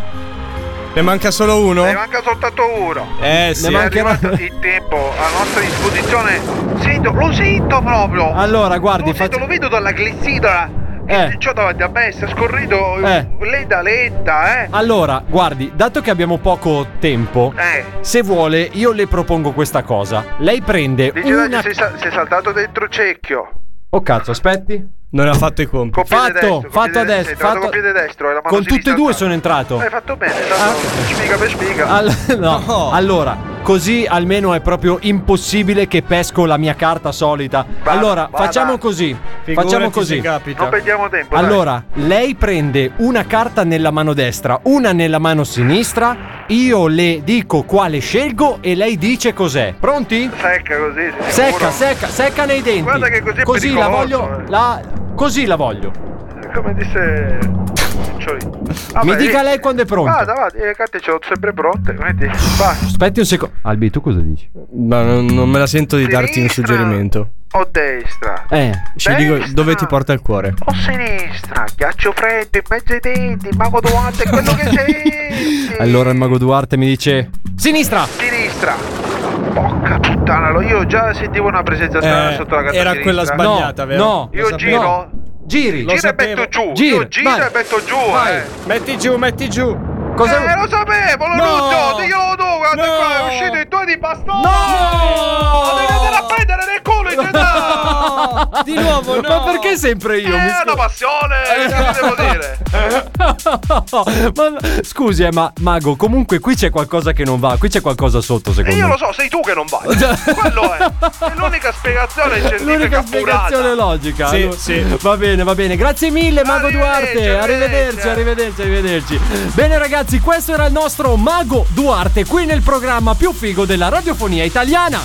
Ne manca solo uno? ne manca soltanto uno. Eh sì. È arrivato il tempo a nostra disposizione. Sento, lo sento proprio. allora guardi, Lo sento, faccio... lo vedo dalla glissitola. Eh. C'ho davanti a me, sta scorrendo Eh. lenta lenta, eh. Allora, guardi, dato che abbiamo poco tempo, Eh. se vuole io le propongo questa cosa. Lei prende Dice una... sei, sa- sei saltato dentro il cecchio. Oh cazzo, aspetti. Non ha fatto i compiti. Con piede Fatto, destro, con fatto piede adesso, sei entrato fatto- con piede destro e la mano Con tutte e sinistra due alzata. sono entrato. Hai fatto bene, tanto spiga per spiga. Al- no. No. Allora, così almeno è proprio impossibile che pesco la mia carta solita. Vada, allora, vada. facciamo così. Figurati facciamo se così. capita. Non perdiamo tempo, dai. Allora, lei prende una carta nella mano destra, una nella mano sinistra, io le dico quale scelgo e lei dice cos'è. Pronti? Secca così, sei Secca, sicuro? secca, secca nei denti. Guarda che così è Così la pericoloso, voglio. eh. La, così la voglio. Come disse Cioè, Mi dica lei quando è pronto. Vada, vada, le carte ce l'ho sempre pronte. Quindi, vai. Aspetti un secondo. Albi, tu cosa dici? Ma non, non me la sento di darti un Sinistra suggerimento. O destra? Eh. Ci dico dove ti porta il cuore. O sinistra? Ghiaccio freddo in mezzo ai denti, il mago Duarte è quello che sei. Allora il mago Duarte mi dice sinistra. Sinistra. Porca puttana, lo- io già sentivo una presenza strana Eh, sotto la carta era sinistra. quella sbagliata, No, vero? no. Io Lo giro. sapevo. Giri. Lo Gira e sapevo. metto giù. Gira, Io giro vai. e metto giù, Vai. eh. Metti giù, metti giù. Cosa... Eh, lo sapevo, lo No. Lucio, diglielo tu, guarda No. qua, è uscito i due di bastone. No! Lo devi andare a prendere nel culo, in No! Di nuovo no. Ma perché sempre io? Eh, Mi è una passione, che devo dire? ma, scusi, eh, ma Mago, comunque qui c'è qualcosa che non va. Qui c'è qualcosa sotto, E secondo io me. lo so, sei tu che non vai. Quello è. È l'unica spiegazione scientifica L'unica appurata. spiegazione logica. Sì, Allora- sì. Va bene, va bene. Grazie mille, Mago Arrivederci, Duarte. arrivederci. Arrivederci, arrivederci, arrivederci. Bene, ragazzi, questo era il nostro Mago Duarte qui nel programma più figo della radiofonia italiana.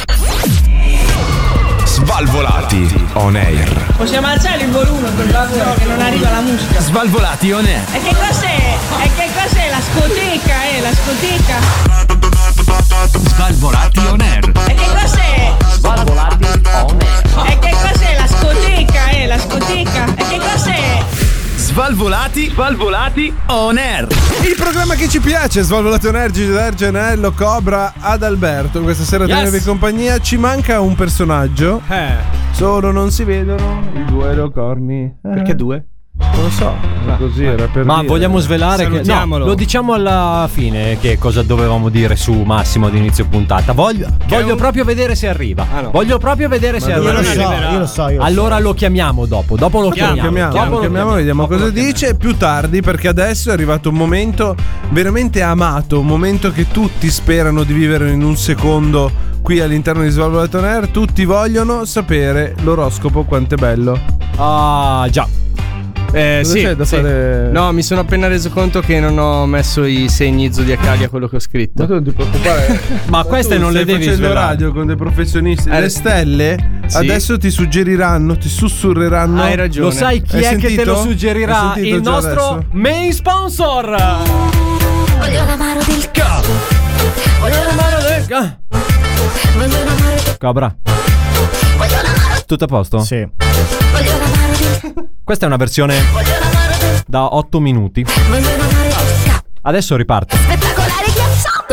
Svalvolati on air. Possiamo alzare il volume per favore che non arriva la musica. Svalvolati on air. E che cos'è? E che cos'è la scoteca, eh? La scoteca? Svalvolati on air. E che cos'è? Svalvolati on air. E che cos'è la scoteca, eh? La scoteca? E che cos'è? Svalvolati, svalvolati on air. Il programma che ci piace, Svalvolati on air, Gigi D'Argenello, Cobra, Adalberto. Questa sera a Yes. tenervi compagnia. Ci manca un personaggio. Eh. Solo non si vedono i due locorni. Eh. Perché due? Non lo so, così era per Ma dire. vogliamo svelare che no, Salutiamolo. lo diciamo alla fine che cosa dovevamo dire su Massimo ad inizio puntata. Voglio, voglio un- proprio vedere se arriva. Ah, no. Voglio proprio vedere se Io arriva. lo so, arriverà. io lo so, io lo Allora lo chiamiamo dopo. Dopo lo Chiamo, chiamiamo. Chiamiamo, Dopo lo chiamiamo, vediamo Dopo cosa lo chiamiamo. dice più tardi, perché adesso è arrivato un momento veramente amato, un momento che tutti sperano di vivere in un secondo qui all'interno di Svalvolato On Air. Tutti vogliono sapere l'oroscopo quanto è bello. Ah, già. Eh, Cosa sì, c'è da sì. fare? No, mi sono appena reso conto che non ho messo i segni zodiacali a quello che ho scritto. Ma tu non ti preoccupare. Ma queste Tu non le stai devi facendo svelare. radio con dei professionisti. Eh, Le stelle sì. adesso ti suggeriranno, ti sussurreranno. Hai ragione. Lo sai chi Hai è che te sentito? lo suggerirà? Hai sentito Il già nostro adesso? main sponsor. Voglio l'amaro del capo. Voglio l'amaro del capo. Voglio l'amaro del Cobra, Voglio l'amaro. tutto a posto? Sì. Voglio l'amaro del Questa è una versione Voglio l'amaro del da otto minuti. Voglio l'amaro del capo. Adesso riparte. Spettacolare ghiacciato.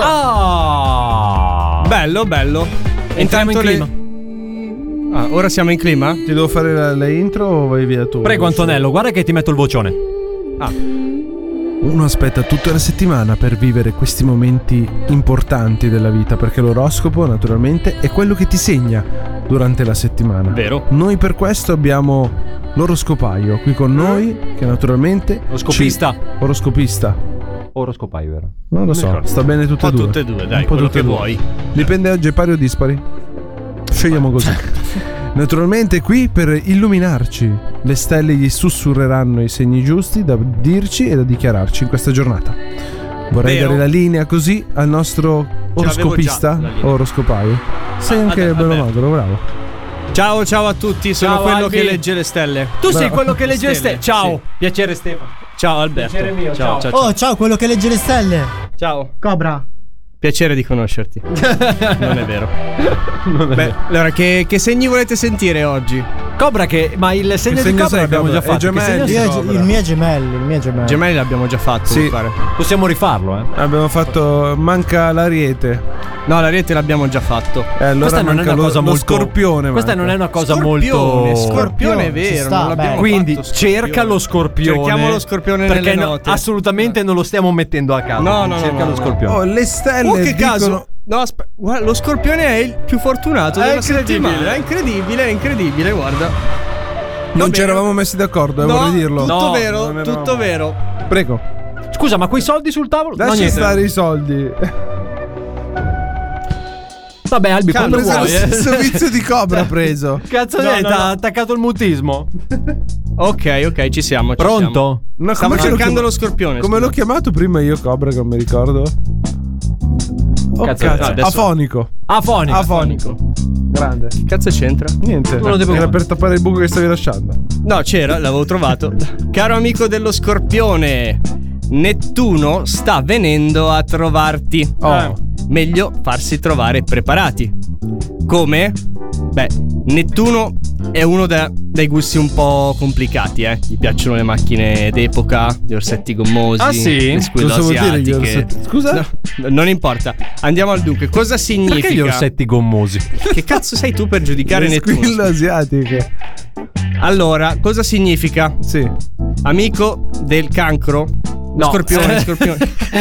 Ah! Bello, bello. Entriamo in Intanto le- clima. Ah, ora siamo in clima? Ti devo fare la, la intro o vai via tu? Prego Antonello, guarda che ti metto il vocione. Ah. Uno aspetta tutta la settimana per vivere questi momenti importanti della vita, perché l'oroscopo naturalmente è quello che ti segna durante la settimana. Vero. Noi per questo abbiamo l'oroscopaio qui con noi, che naturalmente Lo scopista. ci- oroscopista. Oroscopai, vero? Non lo so, sta bene tutte e Un po' due. tutte e due, dai, Un po' quello tutte che e due. vuoi. Dipende oggi è pari o dispari. Scegliamo così. Naturalmente qui per illuminarci. Le stelle gli sussurreranno i segni giusti da dirci e da dichiararci in questa giornata. Vorrei Vero. dare la linea così al nostro oroscopista già, la linea. o oroscopaio. Sei Ah, anche vabbè, bello vabbè. magro, bravo. Ciao, ciao a tutti, sono Ciao, quello Albi. che legge le stelle. Tu sei Bravo. quello che legge le Stelle, stelle. Ciao. sì. Piacere Stefano. Ciao Alberto. Piacere mio, ciao, ciao. ciao, ciao. Oh, ciao, quello che legge le stelle. Ciao. Cobra. Piacere di conoscerti. Non è vero. Beh, allora, che, che segni volete sentire oggi? Cobra che ma il segno di segno Cobra sei, l'abbiamo Cobra? già fatto. È Che segno gemelli. sei? Io, Cobra. il mio è gemelli, il mio è gemelli. Gemelli l'abbiamo già fatto, Sì. mi pare. Possiamo rifarlo, eh. Abbiamo fatto. Manca l'ariete. No, l'ariete l'abbiamo già fatto. Eh, allora Questa non è manca una lo, cosa lo molto scorpione. Questa manca. non è una cosa Scorpione, molto Scorpione è Ci vero, sta, non l'abbiamo beh. Quindi fatto, cerca lo scorpione. Cerchiamo lo scorpione perché nelle no- note. assolutamente non lo stiamo mettendo a caso. No, no, no, cerca no, lo no. scorpione. Oh, le stelle. Oh, che dicono- caso! No, aspetta, guarda, lo scorpione è il più fortunato È della incredibile. settimana. È incredibile, è incredibile, guarda. Non Va ci bene. eravamo messi d'accordo, eh, No, vorrei dirlo. tutto No, vero, non tutto eravamo. vero. Prego. Scusa, ma quei soldi sul tavolo? No, Lascia niente. stare i soldi. Vabbè, Albi, Ha quando preso lo vuoi. eh. stesso vizio di Cobra ha preso. Cazzo, No, è? no, T'ha no. attaccato il mutismo. Ok, ok, ci siamo. Ci Pronto? siamo. No, Stavo come l'ho cercando chiama- lo scorpione. Come l'ho scusa. chiamato prima io Cobra, che non mi ricordo. Oh, Cazzo, cazzo. no, adesso- Afonico. Afonico. Afonico. Grande. Che cazzo c'entra? Niente. Non lo devo Era fare. per tappare il buco che stavi lasciando. No, c'era, l'avevo trovato. Caro amico dello scorpione, Nettuno sta venendo a trovarti. Oh. Eh, Meglio farsi trovare preparati. Come? Beh, Nettuno è uno da- dai gusti un po' complicati, eh. Gli piacciono le macchine d'epoca, gli orsetti gommosi, Ah, sì? le squillo Cosa vuol dire gli asiatiche. orsetti? Scusa? No, non importa. Andiamo al dunque. Cosa significa? Perché gli orsetti gommosi? Che cazzo sei tu per giudicare Le Nettuno? squillo asiatiche. Allora, cosa significa? Sì. Amico del cancro? No. Scorpione, scorpione.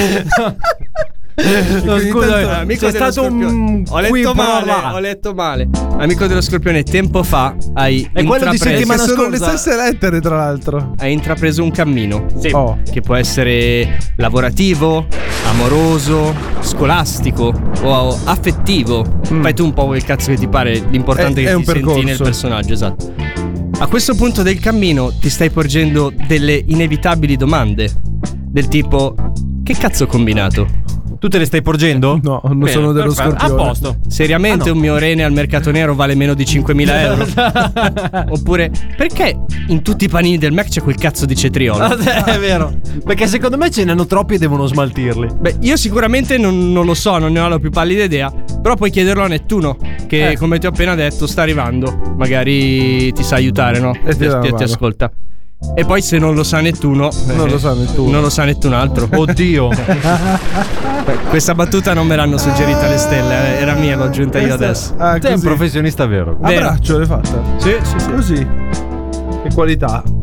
No, Quindi scusa, tanto, amico c'è dello stato un scorpione. Ho qui letto male, prova. ho letto male. Amico dello scorpione, tempo fa hai È quello di intrapreso, settimana Che sono le scorsa. stesse lettere, tra l'altro. hai intrapreso un cammino. Sì. Oh. Che può essere lavorativo, amoroso, scolastico o affettivo. Fai tu un po' quel cazzo che ti pare. L'importante È- è che è ti un senti percorso. nel personaggio, esatto. A questo punto del cammino ti stai porgendo delle inevitabili domande. Del tipo: che cazzo ho combinato? Tu te le stai porgendo? No, non Bene, sono dello perfetto. scorpione. A posto. Seriamente Ah, no. un mio rene al mercato nero vale meno di cinquemila euro? Oppure perché in tutti i panini del Mac c'è quel cazzo di cetriolo? È vero. Perché secondo me ce ne hanno troppi e devono smaltirli. Beh, io sicuramente non, non lo so, non ne ho la più pallida idea. Però puoi chiederlo a Nettuno, che Eh. come ti ho appena detto sta arrivando. Magari ti sa aiutare, no? E ti dà una ti, ti mano. ascolta. E poi se non lo sa Nettuno, Non eh, lo sa Nettuno. Non lo sa nessun altro. Oddio. Beh, questa battuta non me l'hanno suggerita le stelle, eh, era mia, l'ho aggiunta io adesso. Ah, Te è un così. professionista vero. A Vero. braccio l'hai fatta? Sì, sì, sì. Così. Che qualità.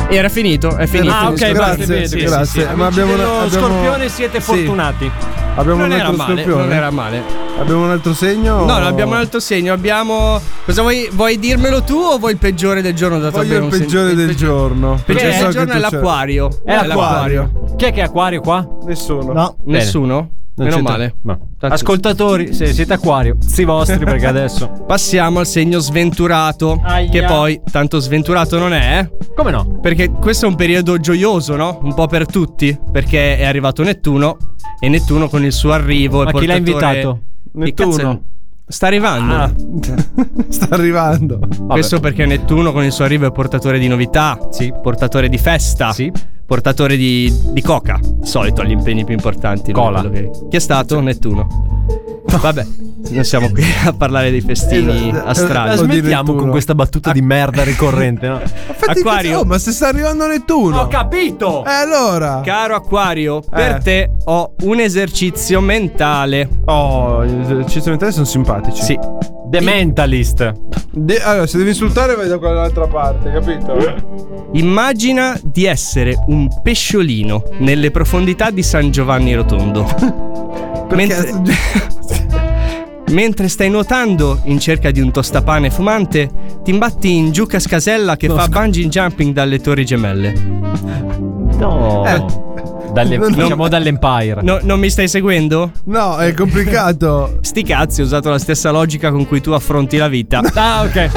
Era finito, è finito. Ah, ok, grazie, bene, sì, bene, grazie. sì, sì. Ma abbiamo, Amici dello abbiamo... Scorpione siete Sì. fortunati. Abbiamo Non un era altro male, scorpione. non era male. Abbiamo un altro segno? No, no, abbiamo un altro segno. Abbiamo. Cosa vuoi? Vuoi dirmelo tu o vuoi il peggiore del giorno? Dato Voglio il abbiamo peggiore sen- del giorno. Il peggiore Perché so del che giorno tu è c'è. l'acquario. È l'acquario. Chi è che è acquario qua? Nessuno. No. Bene. Nessuno? Non Meno c'entra- male. no. Tanto- Ascoltatori, se siete acquario, sti vostri perché adesso. Passiamo al segno sventurato. Aia. Che poi tanto sventurato non è, eh? Come no? Perché questo è un periodo gioioso, no? Un po' per tutti. Perché è arrivato Nettuno. E Nettuno con il suo arrivo. Ma è chi l'ha portatore- invitato? Che cazzo è? Nettuno. Sta arrivando. Ah. Sta arrivando. Questo perché Nettuno con il suo arrivo è portatore di novità, Sì. portatore di festa, Sì. portatore di, di coca. Di solito agli impegni più importanti. Cola. quello Che... Chi è stato? Nettuno. Vabbè, non siamo qui a parlare dei festini Esatto. astrali. Eh, La o di smettiamo Nettuno. con questa battuta di merda ricorrente, no? Infatti, Acquario. Oh, ma se sta arrivando Nettuno. Ho capito! E allora? Caro Acquario, per Eh. te ho un esercizio mentale. Oh, gli esercizi mentali sono simpatici. Sì. The Mentalist. De- allora, se devi insultare vai da quell'altra parte, capito? Immagina di essere un pesciolino nelle profondità di San Giovanni Rotondo. Mentre, mentre stai nuotando in cerca di un tostapane fumante, ti imbatti in Giuca Scasella che No, fa sc- bungee jumping dalle torri gemelle. No. Eh. Dalle, Non- diciamo dall'Empire. No, non mi stai seguendo? No, è complicato. Sti cazzi, ho usato la stessa logica con cui tu affronti la vita. Ah, ok.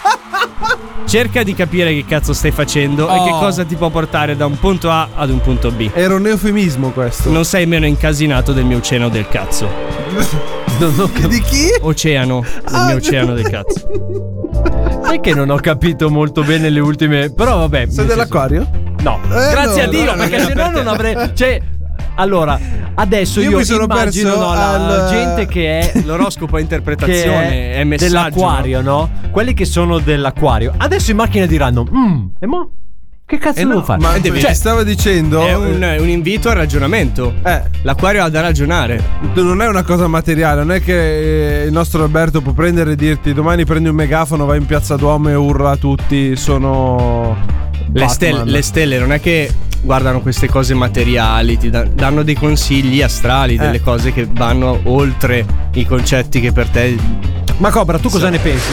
Cerca di capire che cazzo stai facendo e Oh. che cosa ti può portare da un punto A ad un punto B. Era un eufemismo questo. Non sei meno incasinato del mio oceano del cazzo. Non ho cap- Di chi? Oceano, del Ah, mio oceano del cazzo. Sai che non ho capito molto bene le ultime. Però vabbè. Sei nel dell'acquario? senso- No. Eh, Grazie no, a Dio, no, no, perché no, sennò per te. non avrei. Cioè. Allora, adesso Io io, mi sono immagino perso no, la al- gente che è L'oroscopo è che interpretazione, è, messaggio. dell'acquario, no? Quelli che sono dell'acquario. Adesso in macchina diranno: "Mm, e mo? Che cazzo Eh devo no, fare?" ma devi- cioè, stava dicendo È un, è un invito al ragionamento. Eh. L'acquario ha da ragionare. Non è una cosa materiale, non è che il nostro Alberto può prendere e dirti domani prendi un megafono, vai in piazza Duomo e urla a tutti, sono Le Batman. stelle, le stelle non è che guardano queste cose materiali, ti da- danno dei consigli astrali, delle Eh. cose che vanno oltre i concetti che per te. Ma Cobra, tu cosa ne pensi?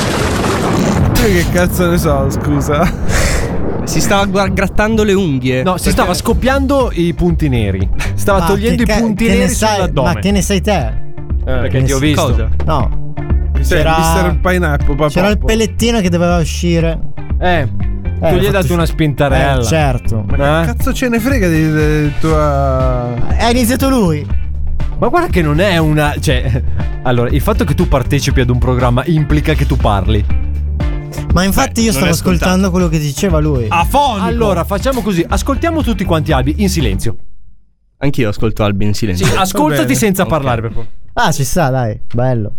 Che cazzo ne so, scusa. Si stava gua- grattando le unghie. No, si stava scoppiando i punti neri. Stava Ma togliendo che i ca- punti che ne neri sai- sull'addome. Ma che ne sai te? Perché Che ti ne ho sai- visto. Cosa? No. C'era C'era- mister Pineapple, papà. C'era il pellettino che doveva uscire. Eh, Eh, tu gli hai ho dato fatto- una spintarella. Eh, certo. Ma che cazzo ce ne frega di, del tua... Ha iniziato lui. Ma guarda che non è una. Cioè. Allora, il fatto che tu partecipi ad un programma implica che tu parli. Ma infatti io non stavo è scontato. ascoltando quello che diceva lui. Afonico. Allora, facciamo così: ascoltiamo tutti quanti Albi in silenzio. Anch'io ascolto Albi in silenzio. Sì, ascoltati bene. senza Ok. parlare, per favore. Ah, ci sta, dai. Bello.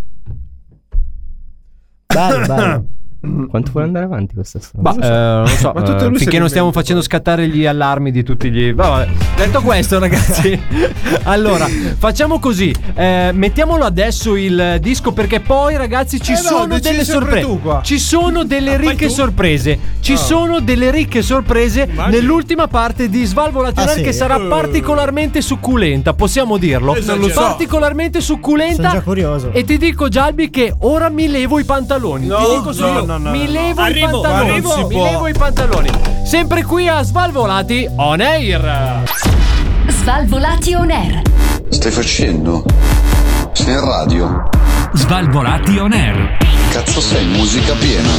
Bello, bello. Quanto vuole andare avanti questa storia? Ma eh, non so, Ma tutte eh, lui se finché li non stiamo inventa, facendo scattare gli allarmi di tutti gli. Vabbè. Detto questo, ragazzi, allora facciamo così: eh, mettiamolo adesso il disco, perché poi, ragazzi, ci Eh no, sono decidi delle sempre sorprese. tu qua. Ci sono delle ricche tu? sorprese. Ci Ah. sono delle ricche sorprese Immagino. nell'ultima parte di Svalvolation Ah, Air, sì? che sarà particolarmente succulenta. Possiamo dirlo? Non lo so. Particolarmente succulenta. Sono già curioso. E ti dico, Gialbi, che ora mi levo i pantaloni. No, ti dico solo, no, no, no, mi no. levo Arrivo, i pantaloni. arrivo. Non si Mi può. levo i pantaloni. Sempre qui a Svalvolati on air. Svalvolati on air. Stai facendo? Sei in radio? Svalvolati on air. Cazzo sei, musica piena.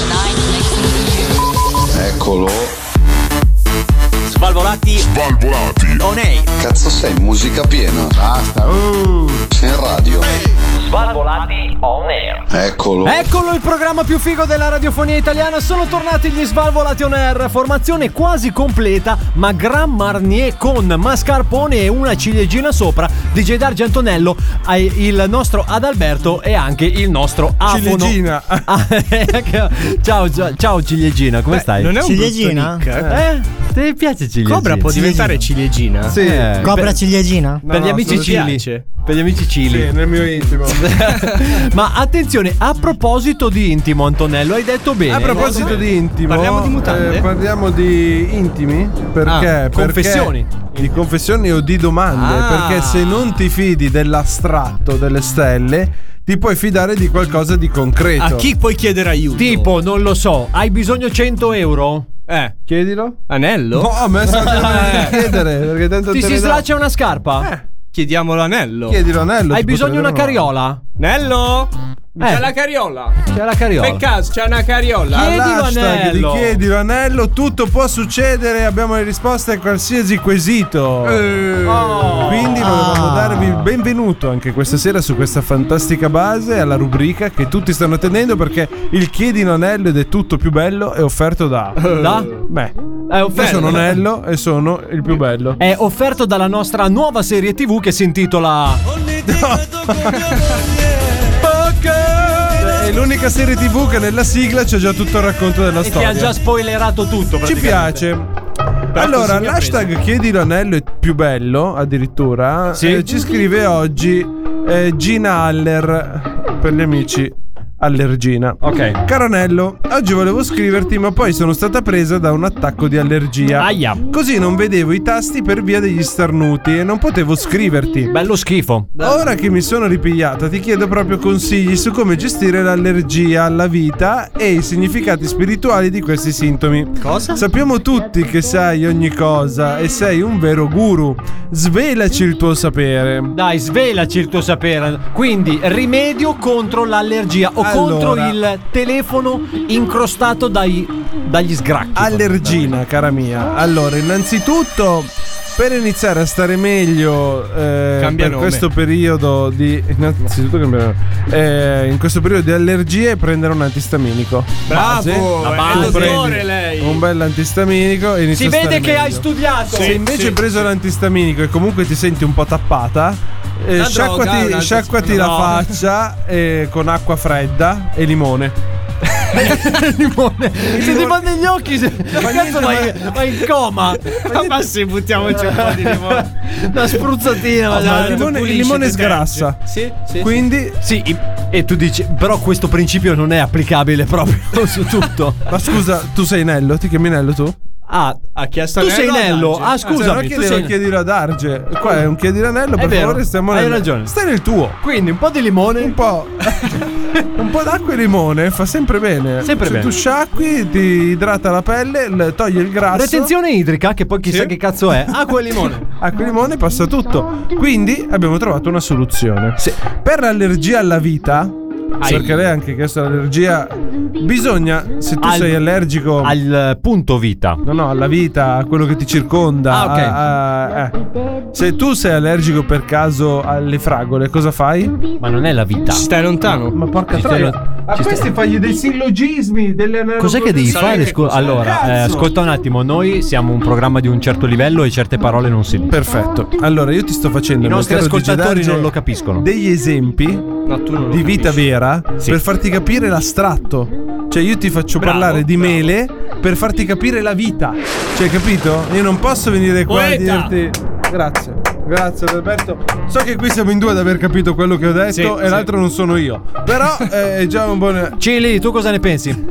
Eccolo. Svalvolati. Svalvolati. On air. Cazzo sei, musica piena. Basta. Uh. Sei in radio. Svalvolati on air. Eccolo. Eccolo il programma più figo della radiofonia italiana. Sono tornati gli Svalvolati on air. Formazione quasi completa, ma Gran Marnier con mascarpone e una ciliegina sopra. D J D'Argentonello, il nostro Adalberto e anche il nostro Afono. Ciliegina. Ah, ciao, ciao, ciao ciliegina, come Beh, stai? non è un Ciliegina? brutto nick, eh? Eh? Ti piace ciliegina? Cobra può diventare ciliegina? Sì. Eh, Cobra ciliegina? Per No, gli amici no, cili. Per gli amici cili. Sì, nel mio intimo. Ma attenzione, a proposito di intimo, Antonello, hai detto bene. A proposito di intimo, Parliamo di mutande? eh, parliamo di intimi. Perché? Ah, Perché confessioni. Di confessioni o di domande. Ah. Perché se non ti fidi dell'astratto, delle stelle, ti puoi fidare di qualcosa di concreto. A chi puoi chiedere aiuto? Tipo, non lo so, hai bisogno cento euro? Eh, Chiedilo. anello? No, a me sa che non devi chiedere. Perché tanto Ti te si ne dà. slaccia una scarpa? Eh, chiediamo l'anello. Chiedilo anello. Hai ti bisogno di potrebbe una carriola? Anello? C'è Eh. la carriola. C'è la carriola. Per caso c'è una cariola. Chiedilo All'hashtag anello. di chiedilo anello, tutto può succedere, abbiamo le risposte a qualsiasi quesito. Eh. Oh. Quindi volevamo Ah. darvi il benvenuto anche questa sera su questa fantastica base alla rubrica che tutti stanno attendendo, perché il chiedilo anello ed è tutto più bello è offerto da Da? me. È Io offerto. sono Nello e sono il più bello. È offerto dalla nostra nuova serie tivù che si intitola È l'unica serie tivù che nella sigla c'è già tutto il racconto della e che storia. ha già spoilerato tutto. Ci praticamente. piace. Allora, l'hashtag chiedilo anello è più bello, addirittura. Sì. eh, ci scrive oggi eh, Gina Haller, per gli amici Allergina. Ok. Caro Anello, oggi volevo scriverti, ma poi sono stata presa da un attacco di allergia. Aia. Così non vedevo i tasti per via degli starnuti e non potevo scriverti. Bello schifo. Ora che mi sono ripigliata, ti chiedo proprio consigli su come gestire l'allergia alla vita e i significati spirituali di questi sintomi. Cosa? Sappiamo tutti che sai ogni cosa e sei un vero guru. Svelaci il tuo sapere. Dai, svelaci il tuo sapere. Quindi, rimedio contro l'allergia o contro Allora. il telefono incrostato dai, dagli sgracchi. Allergina, cara mia. Allora, innanzitutto, per iniziare a stare meglio eh, Cambia per nome. questo periodo di innanzitutto cambia nome. Eh, in questo periodo di allergie, prendere un antistaminico. Base. Bravo, La è base. dottore Prendi lei. un bel antistaminico e inizi Si a stare vede che meglio. hai studiato. Se invece hai preso l'antistaminico e comunque ti senti un po' tappata, eh, Una sciacquati, droga, una- sciacquati la no. faccia eh, con acqua fredda e limone. limone. Se ti fa negli occhi, se... cazzo vai, vai in coma. Ma se buttiamoci un po' di limone. Una spruzzatina. Ma dai. il limone, il limone sgrassa. Sì, sì. Quindi, Sì, i- e tu dici, però questo principio non è applicabile proprio su tutto. ma scusa, tu sei Nello? Ti chiami Nello tu? Ah, Ha chiesto tu sei anello ad Nello. Arge. Ah, Se no scusami, tu chiedilo, sei... chiedilo ad Arge. Qua è un chiedilo anello, È per vero, favore, stiamo hai nel- ragione. Stai nel tuo. Quindi un po' di limone. Un po'. Un po' d'acqua e limone fa sempre bene. Sempre Se bene. tu sciacqui, ti idrata la pelle, l- toglie il grasso. Retenzione idrica, che poi chissà Sì. che cazzo è. Acqua e limone. Acqua e limone passa tutto. Quindi abbiamo trovato una soluzione. Per l'allergia alla vita, perché lei ha anche chiesto l'allergia, bisogna, se tu Al- sei allergico Al punto vita. No, no, alla vita, a quello che ti circonda. Ah, ok. a- a- eh. Se tu sei allergico per caso alle fragole, cosa fai? Ma non è la vita. Ci stai lontano. Ma porca Ci troia. stai- A ci questi stai- fagli dei sillogismi, delle analoghe. Cos'è che devi Sai fare? che Scu- cos'è? allora, eh, Cazzo! ascolta un attimo. Noi siamo un programma di un certo livello e certe parole non si dicono. Perfetto. Allora, io ti sto facendo I nostri Mistero di ascoltatori Gedarge non lo capiscono. degli esempi No, tu non lo di vita capisci. vera Sì. per farti capire l'astratto. Cioè, io ti faccio Bravo, parlare di bravo. mele per farti capire la vita. Cioè, capito? Io non posso venire qua Poeta. a dirti. Grazie. Grazie Alberto. So che qui siamo in due ad aver capito quello che ho detto Sì, e sì. l'altro non sono io. Però eh, è già un buon. Cili, tu cosa ne pensi?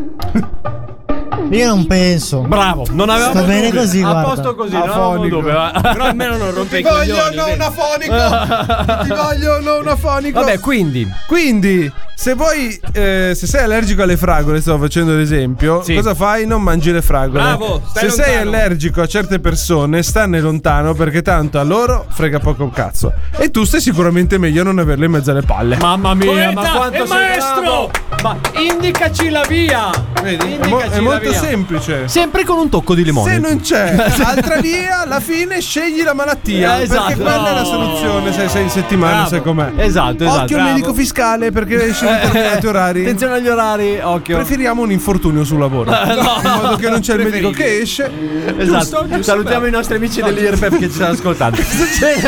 Io non penso. Bravo, non avevamo Sta bene dubbi. così, A guarda. posto così, non avevamo Afonico. dubbi, va. Però almeno non rompe i Ti voglio coglioni. non vedi? afonico. Ti voglio non afonico. Vabbè, quindi Quindi, se vuoi, eh, se sei allergico alle fragole, stavo facendo l'esempio, Sì. cosa fai? Non mangi le fragole. Bravo, stai se sei lontano. allergico a certe persone, stanne lontano perché tanto a loro frega poco un cazzo. E tu stai sicuramente meglio a non averle in mezzo alle palle. mamma mia, Poeta ma quanto e sei maestro! bravo! Ma indicaci la via! Vedi? È, Indicaci mo- è la molto via. semplice. Sempre con un tocco di limone. Se non c'è altra via, alla fine scegli la malattia. Eh, esatto. Perché quella è la No. soluzione. Se sei in settimana, Bravo. sai com'è. Esatto, esatto. Occhio al Bravo. medico fiscale perché esce in determinati orari. Attenzione agli orari, occhio. Preferiamo un infortunio sul lavoro. In modo che non c'è il medico che esce. Esatto. Salutiamo i nostri amici dell'I R P E F che ci stanno ascoltando.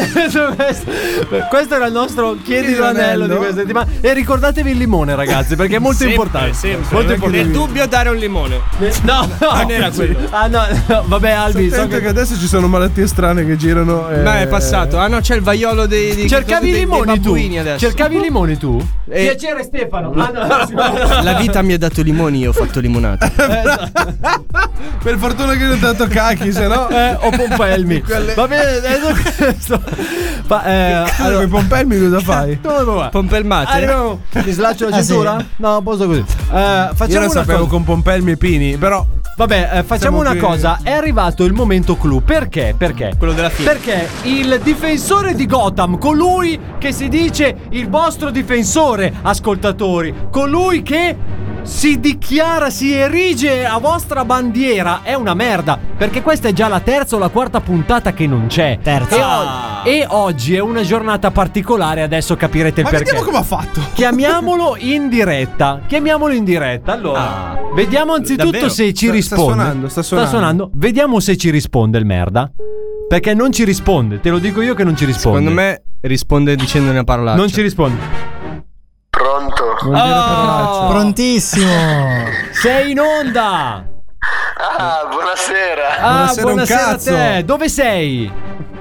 questo, questo era il nostro chiedilo anello di questa settimana. E ricordatevi il limone, ragazzi, perché è molto Sempre, importante. sempre. Molto importante. Nel dubbio dare un limone. No, no, non era quello. Ah no, no, vabbè Albi, so che... che adesso ci sono malattie strane che girano. E... Ma è passato. Ah no, c'è il vaiolo dei, dei cercavi i dei, limoni dei tu. adesso. Cercavi i limoni tu? E... Piacere Stefano. Ah, no, la vita mi ha dato limoni, io ho fatto limonata. Per fortuna che non ho dato cachi, se no. Eh, o pompelmi. Quelle... Va bene, adesso questo. Ma, eh, allora, i pompelmi cosa fai? Pompelmate. Arrivo. Ti slaccio la Ah, cintura? sì. No, posto così. Eh, facciamo Io lo una sapevo cosa. con pompelmi e pini, però. Vabbè, eh, facciamo Siamo una qui- cosa. È arrivato il momento clou. Perché? Perché? Quello della fine. Perché il difensore di Gotham, colui che si dice il vostro difensore, ascoltatori, colui che si dichiara, si erige a vostra bandiera, è una merda. Perché questa è già la terza o la quarta puntata che non c'è. Terza. E, o- e oggi è una giornata particolare, adesso capirete il Ma perché. vediamo come ha fatto. Chiamiamolo in diretta. Chiamiamolo in diretta. Allora, Ah. vediamo anzitutto Davvero? se ci Sta- sta risponde. suonando, sta suonando. Vediamo se ci risponde il merda. Perché non ci risponde. Te lo dico io che non ci risponde. Secondo me risponde dicendo una parolaccia. non ci risponde. Pronto? Non dire parolacce. Prontissimo. Sei in onda. Ah, buonasera. Ah, Buonasera, un buonasera a cazzo. te. Dove sei?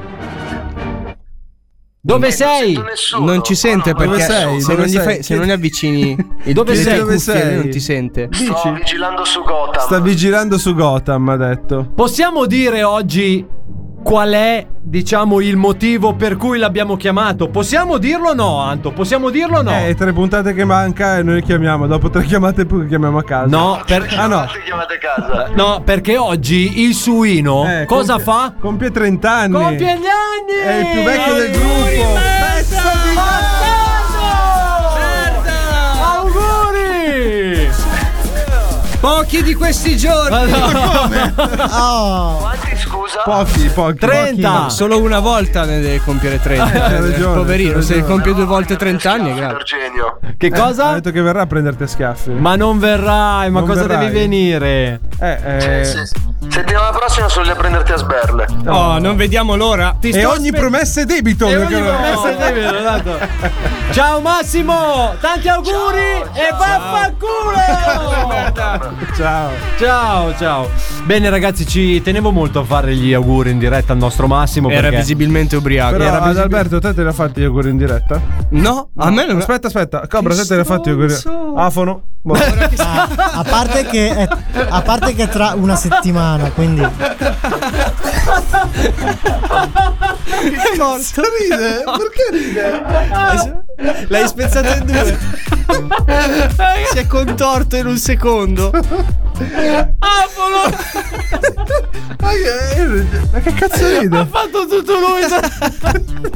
Dove Eh, sei? Non sento nessuno. Non ci sente Oh, no, perché Dove sei? se, Dove non gli sei? fai- se non gli avvicini il Dove le sei? tue Dove cuffie, sei? non ti sente. Sto vigilando su Gotham. Sta vigilando su Gotham, ha detto. Possiamo dire oggi qual è, diciamo, il motivo per cui l'abbiamo chiamato? Possiamo dirlo o no, Anto? Possiamo dirlo o no? Eh, tre puntate che manca e noi chiamiamo. Dopo tre chiamate poi chiamiamo a casa. No, per... Ah no. Chiamate, chiamate a casa. No, perché oggi il suino Eh, cosa compie- fa? Compie trenta anni. Compie gli anni! È il più vecchio del gruppo. Pezzo di Auguri! Pochi di questi giorni. Oh. Quanti, scusa? Pochi, pochi. trenta. pochi. Solo una volta ne deve compiere trenta. Hai ragione, Poverino, hai se ragione. compie due volte trenta anni è grave. Argenio. Che Ha cosa? detto che verrà a prenderti a schiaffi. Ma non verrai, ma Non cosa verrai. devi venire? Eh, eh. Sì, sì. Settimana prossima sono lì a prenderti a sberle. Oh, non vediamo l'ora. Ti E sto ogni aspe- promessa è debito. E perché ogni non- promessa è debito, esatto. Ciao Massimo, tanti auguri e vaffanculo! Ciao. Ciao, ciao. Bene ragazzi, ci tenevo molto a fare gli auguri in diretta al nostro Massimo. Era perché... visibilmente ubriaco. Però Era ad visibil- Alberto, te te l'ha fatti gli auguri in diretta? No, a me non. Aspetta, aspetta. Cobra, Che te te l'ha fatti gli auguri. stronzo. Afono. Boh. Ah, a parte che è, a parte che tra una settimana, quindi Che morto. Ride? Perché ride? L'hai spezzata in due. Si è contorto in un secondo. Apolo! Ma che, ma che cazzo ride? Ha fatto tutto lui.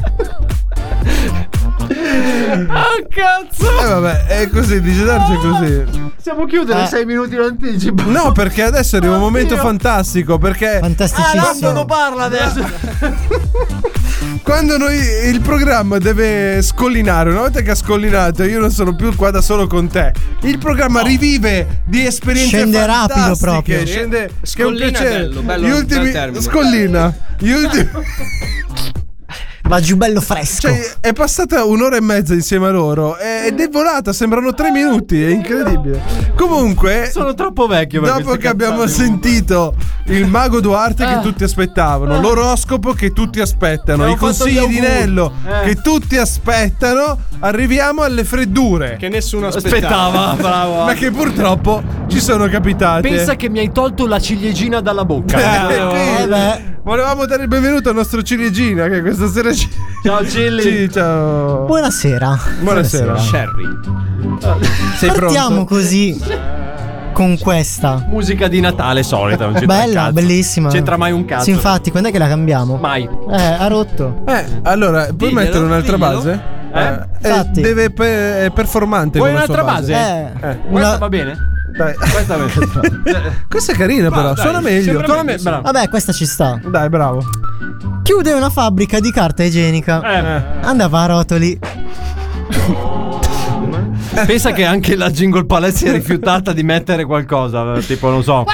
Oh cazzo! Eh vabbè, è così, dice Darge è così. Possiamo chiudere Eh. sei minuti in anticipo. No, perché adesso arriva un momento Oddio. fantastico. Perché Ah, fantasticissimo. Lando non parla adesso. quando noi il programma deve scollinare, una volta che ha scollinato, io non sono più qua da solo con te. Il programma rivive di esperienze Scende rapido fantastiche. proprio. Scende che è un Scollina è piacere. bello, bello, Gli ultimi bel termine. scollina. Gli ultimi va giù bello fresco. Cioè, è passata un'ora e mezza insieme a loro ed è volata, sembrano tre minuti, è incredibile. Comunque, sono troppo vecchio per dopo queste che abbiamo cazzate. sentito il mago Duarte che Ah. tutti aspettavano, Ah. l'oroscopo che tutti aspettano, Abbiamo i fatto gli consigli di auguri. Nello Eh. che tutti aspettano, arriviamo alle freddure Che nessuno aspettava. Aspettava, bravo. ma che purtroppo ci sono capitate. Pensa che mi hai tolto la ciliegina dalla bocca. Eh, Eh, quindi Eh beh. volevamo dare il benvenuto al nostro ciliegina che questa sera ci... Ciao Cilli. Sì, ciao. Buonasera. Buonasera. Sherry. Sei Partiamo pronto? così con questa. Musica di Natale solita, non c'entra un Bella, cazzo. bellissima. C'entra mai un cazzo. Sì, infatti, quando è che la cambiamo? Mai. Eh, ha rotto. Eh, allora, puoi Diglielo, mettere un'altra diglielo. base? Eh? Infatti. deve pe- è performante. Vuoi con la sua un'altra base? Eh, Eh. Questa una- va bene? Dai. Questa va bene. Questa è carina, Va, però. dai, Suona meglio. sembra Suona me- bravo. Vabbè, questa ci sta. Dai, bravo. Chiude una fabbrica di carta igienica. Eh. Andava a rotoli. Pensa che anche la Jingle Palace si è rifiutata di mettere qualcosa, tipo non so.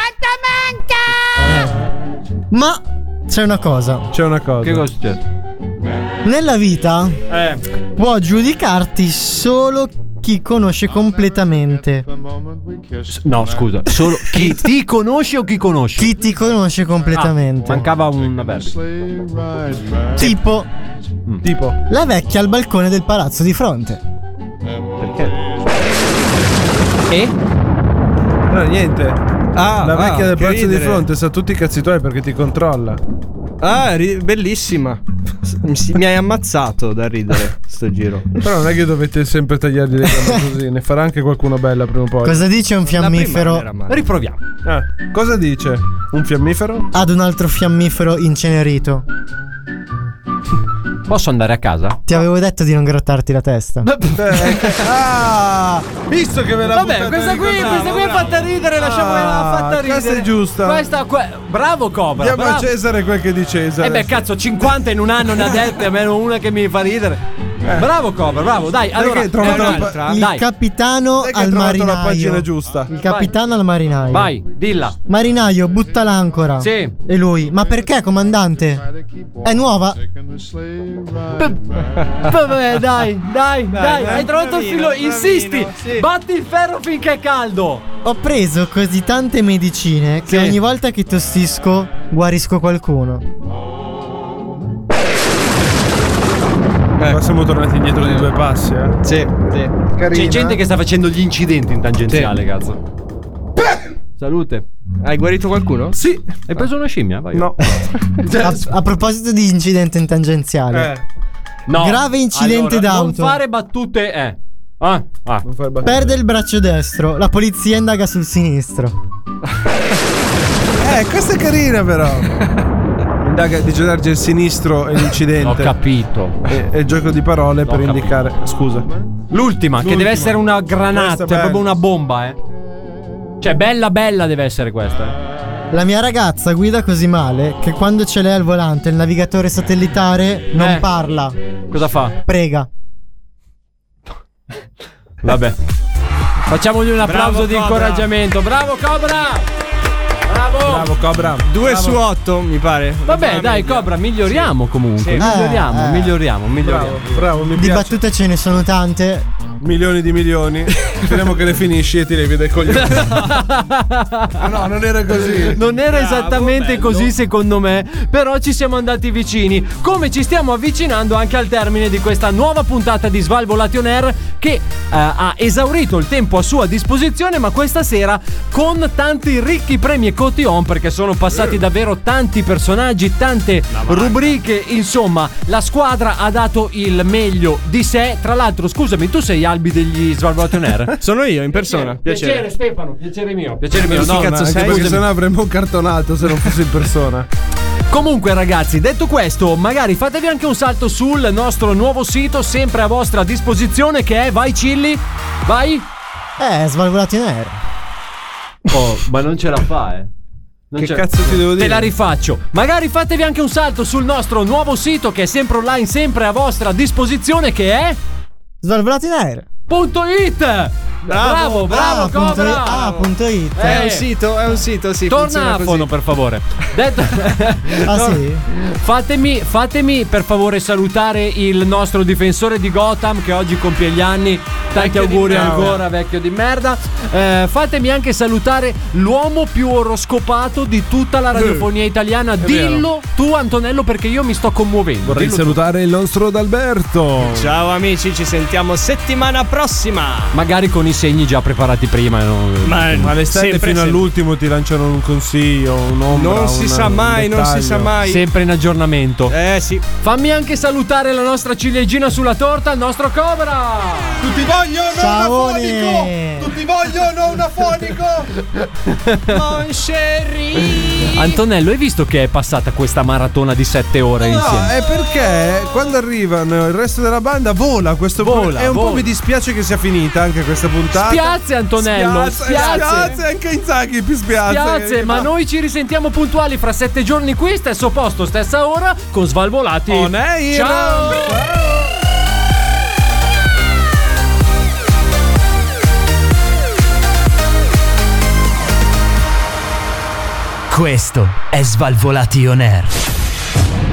Ma c'è una cosa. C'è una cosa. Che cosa succede? Nella vita Eh. può giudicarti solo chi conosce completamente. No, scusa, solo chi ti conosce o chi conosce? Chi ti conosce completamente. Ah, mancava un verbo. Tipo mm. Tipo la vecchia al balcone del palazzo di fronte. Perché? E? No, niente. Ah, la vecchia ah, del palazzo ridere. di fronte sa tutti i cazzi tuoi perché ti controlla. Ah, ri- bellissima. Mi, si- mi hai ammazzato da ridere sto giro. Però non è che dovete sempre tagliargli le gambe così. Ne farà anche qualcuna bella prima o poi. Cosa dice un fiammifero? Riproviamo. Eh, cosa dice? Un fiammifero? Ad un altro fiammifero incenerito. Posso andare a casa? Ti avevo detto di non grattarti la testa. Ah, visto che me la Vabbè, questa qui, questa qui è fatta ridere, lasciamola fatta ridere. Questa è giusta. Questa que- bravo Cobra. Diamo bravo. a Cesare quel che è di Cesare. Eh beh, cazzo, cinquanta in un anno ne ha dette, almeno una che mi fa ridere. Eh. Bravo Cobra, bravo, dai, Dai allora che hai trovato eh, la pa- Il dai. capitano Dai che hai al trovato marinaio. la pagina giusta. Il capitano al marinaio. Vai, dilla. Marinaio, butta l'ancora. Sì. E lui, ma perché, comandante? È nuova. Vabbè, dai, dai, dai, dai, hai trovato il filo, bravino, insisti, sì. batti il ferro finché è caldo. Ho preso così tante medicine che Sì. ogni volta che tossisco guarisco qualcuno. Ma siamo tornati indietro di due passi, eh. Sì, sì. Carina. C'è gente che sta facendo gli incidenti in tangenziale, cazzo. Salute. Hai guarito qualcuno? Sì. Hai preso una scimmia? Vai. No. A, a proposito di incidente in tangenziale. Eh. No. Grave incidente Allora, d'auto. Non fare battute, eh. Ah, ah. Non fai battute. Perde il braccio destro. La polizia indaga sul sinistro. Eh, questa è carina però. Indaga di Darge il sinistro e l'incidente. Ho capito. E, e il gioco di parole Ho per capito. indicare. Scusa. L'ultima, che L'ultima. deve essere una granata, Questa è cioè proprio bella. una bomba, eh. Cioè, bella bella deve essere questa, eh. La mia ragazza guida così male che quando ce l'è al volante il navigatore satellitare non Eh. parla. Cosa fa? Prega. Vabbè. Facciamogli un applauso Bravo, di Cobra. incoraggiamento. Bravo Cobra! Bravo! Bravo Cobra. Due Bravo. su otto, mi pare. Vabbè, dai, Cobra, miglioriamo comunque. Sì. Miglioriamo, Eh, eh. miglioriamo, miglioriamo. Bravo, bravo, mi Di piace. battute ce ne sono tante. Milioni di milioni. Speriamo che le finisci e ti levi dai coglioni. No, non era così. Non era Bravo, esattamente bello. così secondo me, però ci siamo andati vicini. Come ci stiamo avvicinando anche al termine di questa nuova puntata di Svalvolati On Air che eh, ha esaurito il tempo a sua disposizione, ma questa sera con tanti ricchi premi e cotillon, perché sono passati davvero tanti personaggi, tante rubriche, insomma, la squadra ha dato il meglio di sé. Tra l'altro, scusami, tu sei Albi degli Svalvolati On Air? Sono io in persona. Piacere, Piacere. Stefano, piacere mio, piacere mio. Chi No, cazzo Anche sei? perché Scusami. sennò avremmo un cartonato se non fosse in persona. Comunque ragazzi, detto questo, magari fatevi anche un salto sul nostro nuovo sito, sempre a vostra disposizione, che è Vai Cilli. Vai. Eh, Svalvolati in aereo. Oh, ma non ce la fa, eh. Non Che ce- cazzo ti devo dire? Te la rifaccio. Magari fatevi anche un salto sul nostro nuovo sito, che è sempre online, sempre a vostra disposizione, che è Svalvolati in aereo. punto it. Bravo, bravo, ah, punto Cobra. i- ah, punto it. È Eh. un sito, è un sito, sì. Torna funziona a così. fono per favore. Detto... Ah, sì? Fatemi, fatemi per favore salutare il nostro difensore di Gotham che oggi compie gli anni. Tanti Vecchio di auguri merda. ancora, vecchio di merda. Eh, fatemi anche salutare l'uomo più oroscopato di tutta la radiofonia italiana. Dillo tu, Antonello, perché io mi sto commuovendo. Vorrei Dillo tu. salutare il nostro Adalberto. Ciao amici, ci sentiamo settimana prossima. Magari con i segni già preparati prima. No? Ma, Ma l'estate sempre, fino sempre. all'ultimo ti lanciano un consiglio, un'ombra, Non si una- sa un mai, non si sa dettaglio. mai. Sempre in aggiornamento. Eh sì. Fammi anche salutare la nostra ciliegina sulla torta, il nostro Cobra. Tutti vogliono Ciaone. un afonico! Tutti vogliono un afonico! Moncherry. Antonello, hai visto che è passata questa maratona di sette ore No, insieme? è perché quando arrivano il resto della banda vola questo Vola, E un vola. po' mi dispiace che sia finita anche questa puntata. Spiazze, Antonello, Spiazze, spiazze. spiazze, anche Inzaghi più spiazze. Spiazze, ma noi ci risentiamo puntuali fra sette giorni qui, stesso posto, stessa ora, con Svalvolati. On air. Ciao! Questo è Svalvolati On Air.